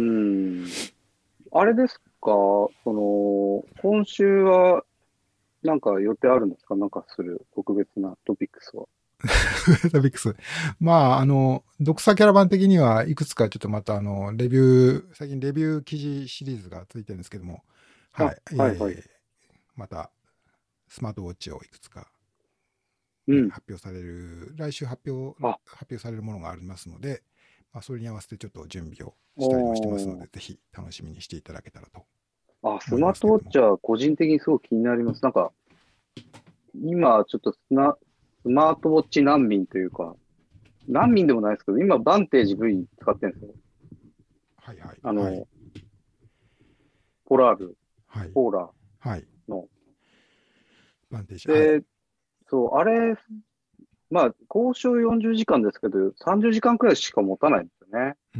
A: あれですか、その、今週はなんか予定あるんですか？なんかする特別なトピックスは。
B: タビックス。まあ、あの、読者キャラバン的にはいくつかちょっとまたあの、レビュー、最近レビュー記事シリーズがついてるんですけども、は
A: あ、
B: い。
A: はいはい。
B: えー、また、スマートウォッチをいくつかね、
A: うん。
B: 発表される、来週発表、
A: あ、
B: 発表されるものがありますので、まあ、それに合わせてちょっと準備をしたりもしてますので、
A: おー。
B: ぜひ楽しみにしていただけたらと
A: あ、ス
B: 思い
A: マー
B: ますけれども。
A: トウォッチは個人的にすごく気になります。なんか、今ちょっとスナ、スマートウォッチ難民というか、難民でもないですけど、今バンテージ V 使ってるんですよ。
B: はいはい、はい、
A: あの、ポラール、
B: はい、
A: ポーラ
B: はい。
A: ーの。
B: バンテージ、はい。
A: で、そう、あれ、まあ、交渉よんじゅうじかんですけど、さんじゅうじかんくらいしか持たないんですよね。
B: うん、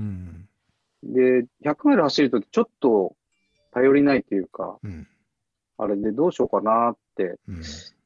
A: で、ひゃくマイル走るときちょっと頼りないというか、
B: うん、
A: あれでどうしようかなって
B: うん。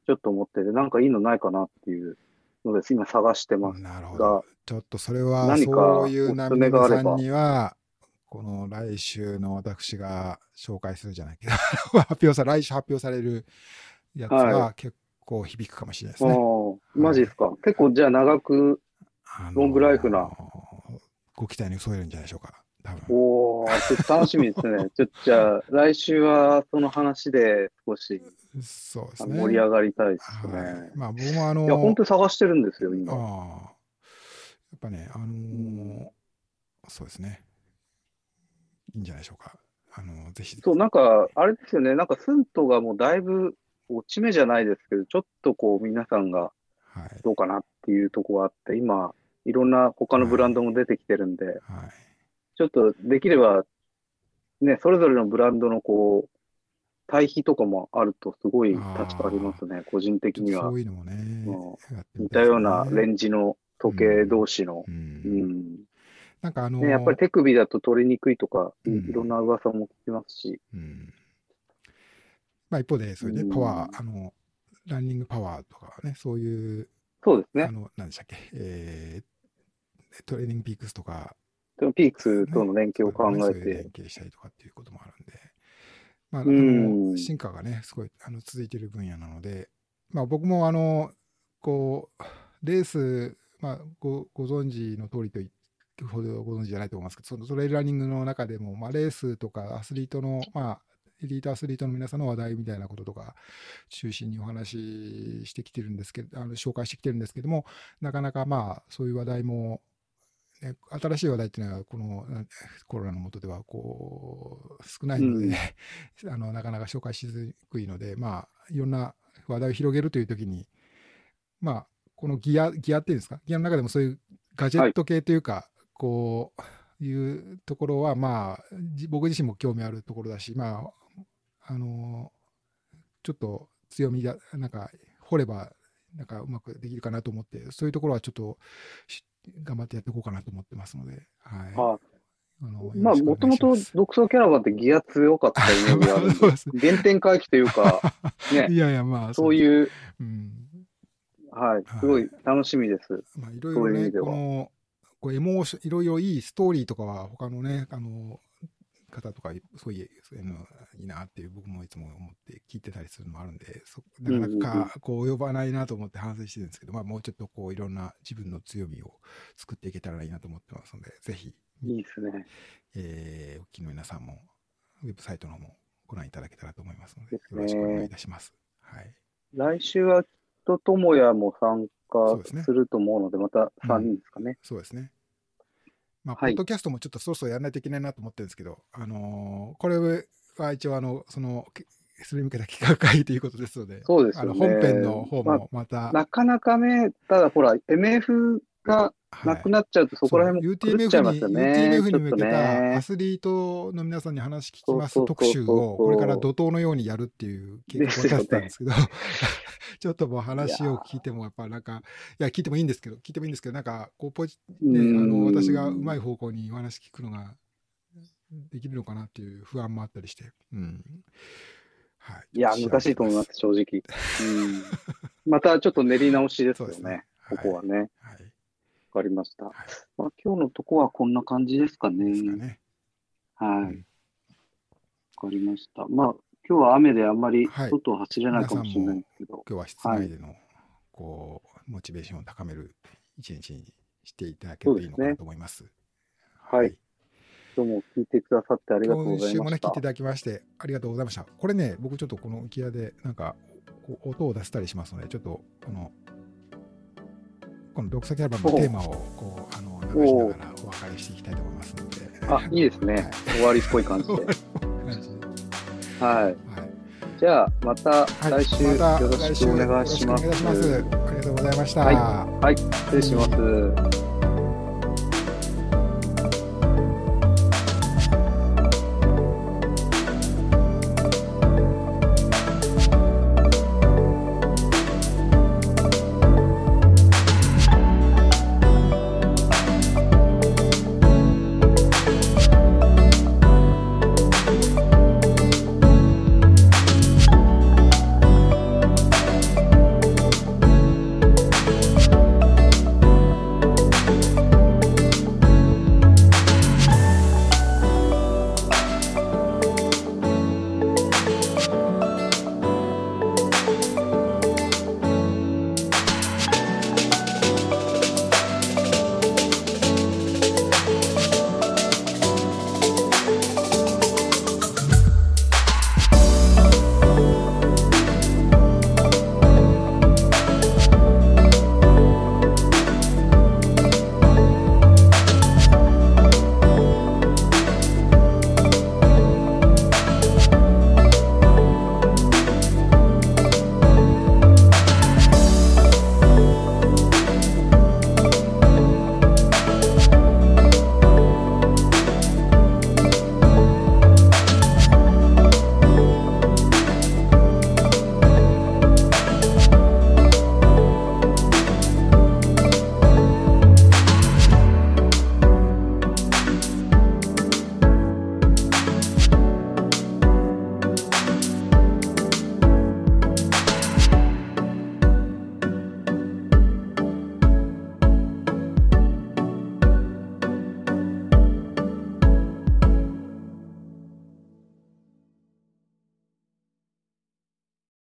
A: ちょっと思ってて、なんかいいのないかなっていうのです。今探してますが。
B: なるほど。ちょっとそれは、
A: 何か
B: そういうナミネムさん
A: おすすめがあれば
B: には、この来週の私が紹介するじゃないけど、発表さ、来週発表されるやつが結構響くかもしれないですね。
A: ああ、マジですか。結構じゃあ長く、ロングライフな。
B: ご期待に添えるんじゃないでしょうか。多分。
A: おー、ちょっと楽しみですね。ちょっとじゃあ、来週はその話で少し、
B: そうですね。
A: 盛り上がりたいですね。はい、
B: まあ僕もあの、
A: いや、本当に探してるんですよ、今。
B: ああ。やっぱね、あのーうん、そうですね。いいんじゃないでしょうか。あの、ぜひ。
A: そう、なんか、あれですよね。なんか、スントがもうだいぶ、落ち目じゃないですけど、ちょっとこう、皆さんが、どうかなっていうところがあって、はい、今、いろんな他のブランドも出てきてるんで、はいはい、ちょっとできれば、ね、それぞれのブランドのこう、対比とかもあるとすごい価値がありますね、個人的には。
B: そういうのもね、
A: うん、似たようなレンジの時計同士の。
B: うん
A: うんうん
B: なんかあのー
A: ね、やっぱり手首だと取りにくいとか、いろんな噂も聞きますし。
B: うんうんまあ一方で、それで、ね、パワー、あの、ランニングパワーとかね、そういう、
A: そうですね。
B: あの、何でしたっけ、えー、トレーニングピークスとか、
A: ピークスとの連携を考えて。
B: ね、連携したりとかっていうこともあるんで、まあ、あの、進化がね、すごい、あの、続いている分野なので、まあ僕もあの、こう、レース、まあ、ご、ご存知の通りと言って、ほどご存知じゃないと思いますけど、そのトレイルランニングの中でも、まあ、レースとかアスリートの、まあ、エリートアスリートの皆さんの話題みたいなこととか中心にお話ししてきてるんですけど、あの紹介してきてるんですけども、なかなかまあそういう話題も、ね、新しい話題っていうのはこのコロナの下ではこう少ないので、うん、あのなかなか紹介しにくいので、まあいろんな話題を広げるというときに、まあこのギアギアっていうんですか、ギアの中でもそういうガジェット系というか、はい、こういうところはまあ僕自身も興味あるところだし、まああのちょっと強みだなんか掘ればなんかうまくできるかなと思って、そういうところはちょっと頑張ってやっていこうかなと思ってますので、はい。
A: ああのまあもともと独創キャラバンってギア強かったイメージがあるんで、原点回帰というかね、
B: いやいやまあ
A: そういう、
B: うん、
A: はい、すごい楽しみです。
B: まあいろいろねこのこうエモーションいろいろいいストーリーとかは他のねあの方とかそういうそういうのいいなっていう僕もいつも思って聞いてたりするのもあるんで、そなかなかこう及ばないなと思って反省してるんですけど、まあもうちょっとこういろんな自分の強みを作っていけたらいいなと思ってますので、ぜひ
A: いいですね。
B: えー、お聞きの皆さんもウェブサイトの方もご覧いただけたらと思いますので、よろしくお願いいたします。はい。
A: 来週はきっとともやも参加すると思うので、またさんにんですかね。
B: そうですね。まあ、ポッドキャストもちょっとそろそろやらないといけないなと思ってるんですけど、あのー、これは一応あの、その、それに向けた企画会ということですので、
A: そうですよね。
B: あの本編の方もまた、まあ、
A: なかなかね、ただほら、エムエフ がなくなっちゃうとそこら辺も狂っちゃいますよね。
B: ユーティーエムエフ に向けたアスリートの皆さんに話聞きます特集を、これから怒涛のようにやるっていう計画を立てたんですけど、ちょっともう話を聞いても、やっぱなんか、いや、聞いてもいいんですけど、聞いてもいいんですけど、なんか、こう、ポジ、ね、あの、私がうまい方向にお話聞くのができるのかなっていう不安もあったりして、うん。
A: はい。いや、難しいと思います、正直。うん、またちょっと練り直しですよね、ねここはね。はい。わかりました。はい、まあ、今日のとこはこんな感じですかね。
B: ですかね。
A: はい。わ、うん、かりました。まあ、今日は雨であんまり外を走れないかもしれないんですけど。はい、
B: 今日は室内での、はい、こう、モチベーションを高める一日にしていただけるといいのかなと思います。
A: そうですね。はい。はいどうも聞いてくださってありがとうございました。
B: 今週もね、聞いていただきまして、ありがとうございました。これね、僕ちょっとこの浮き輪で、なんか、こう音を出したりしますので、ちょっと、この、この読者キャラバンのテーマを、こう、あの、流しながらお別れしていきたいと思いますので。
A: あ、いいですね。はい、終わりっぽい感じで。はい。はい、じゃあ、また来週、よろしくお願いします。
B: はい、また来週よろしくお願いします。ありがとうございました。
A: はい。はい、失礼します。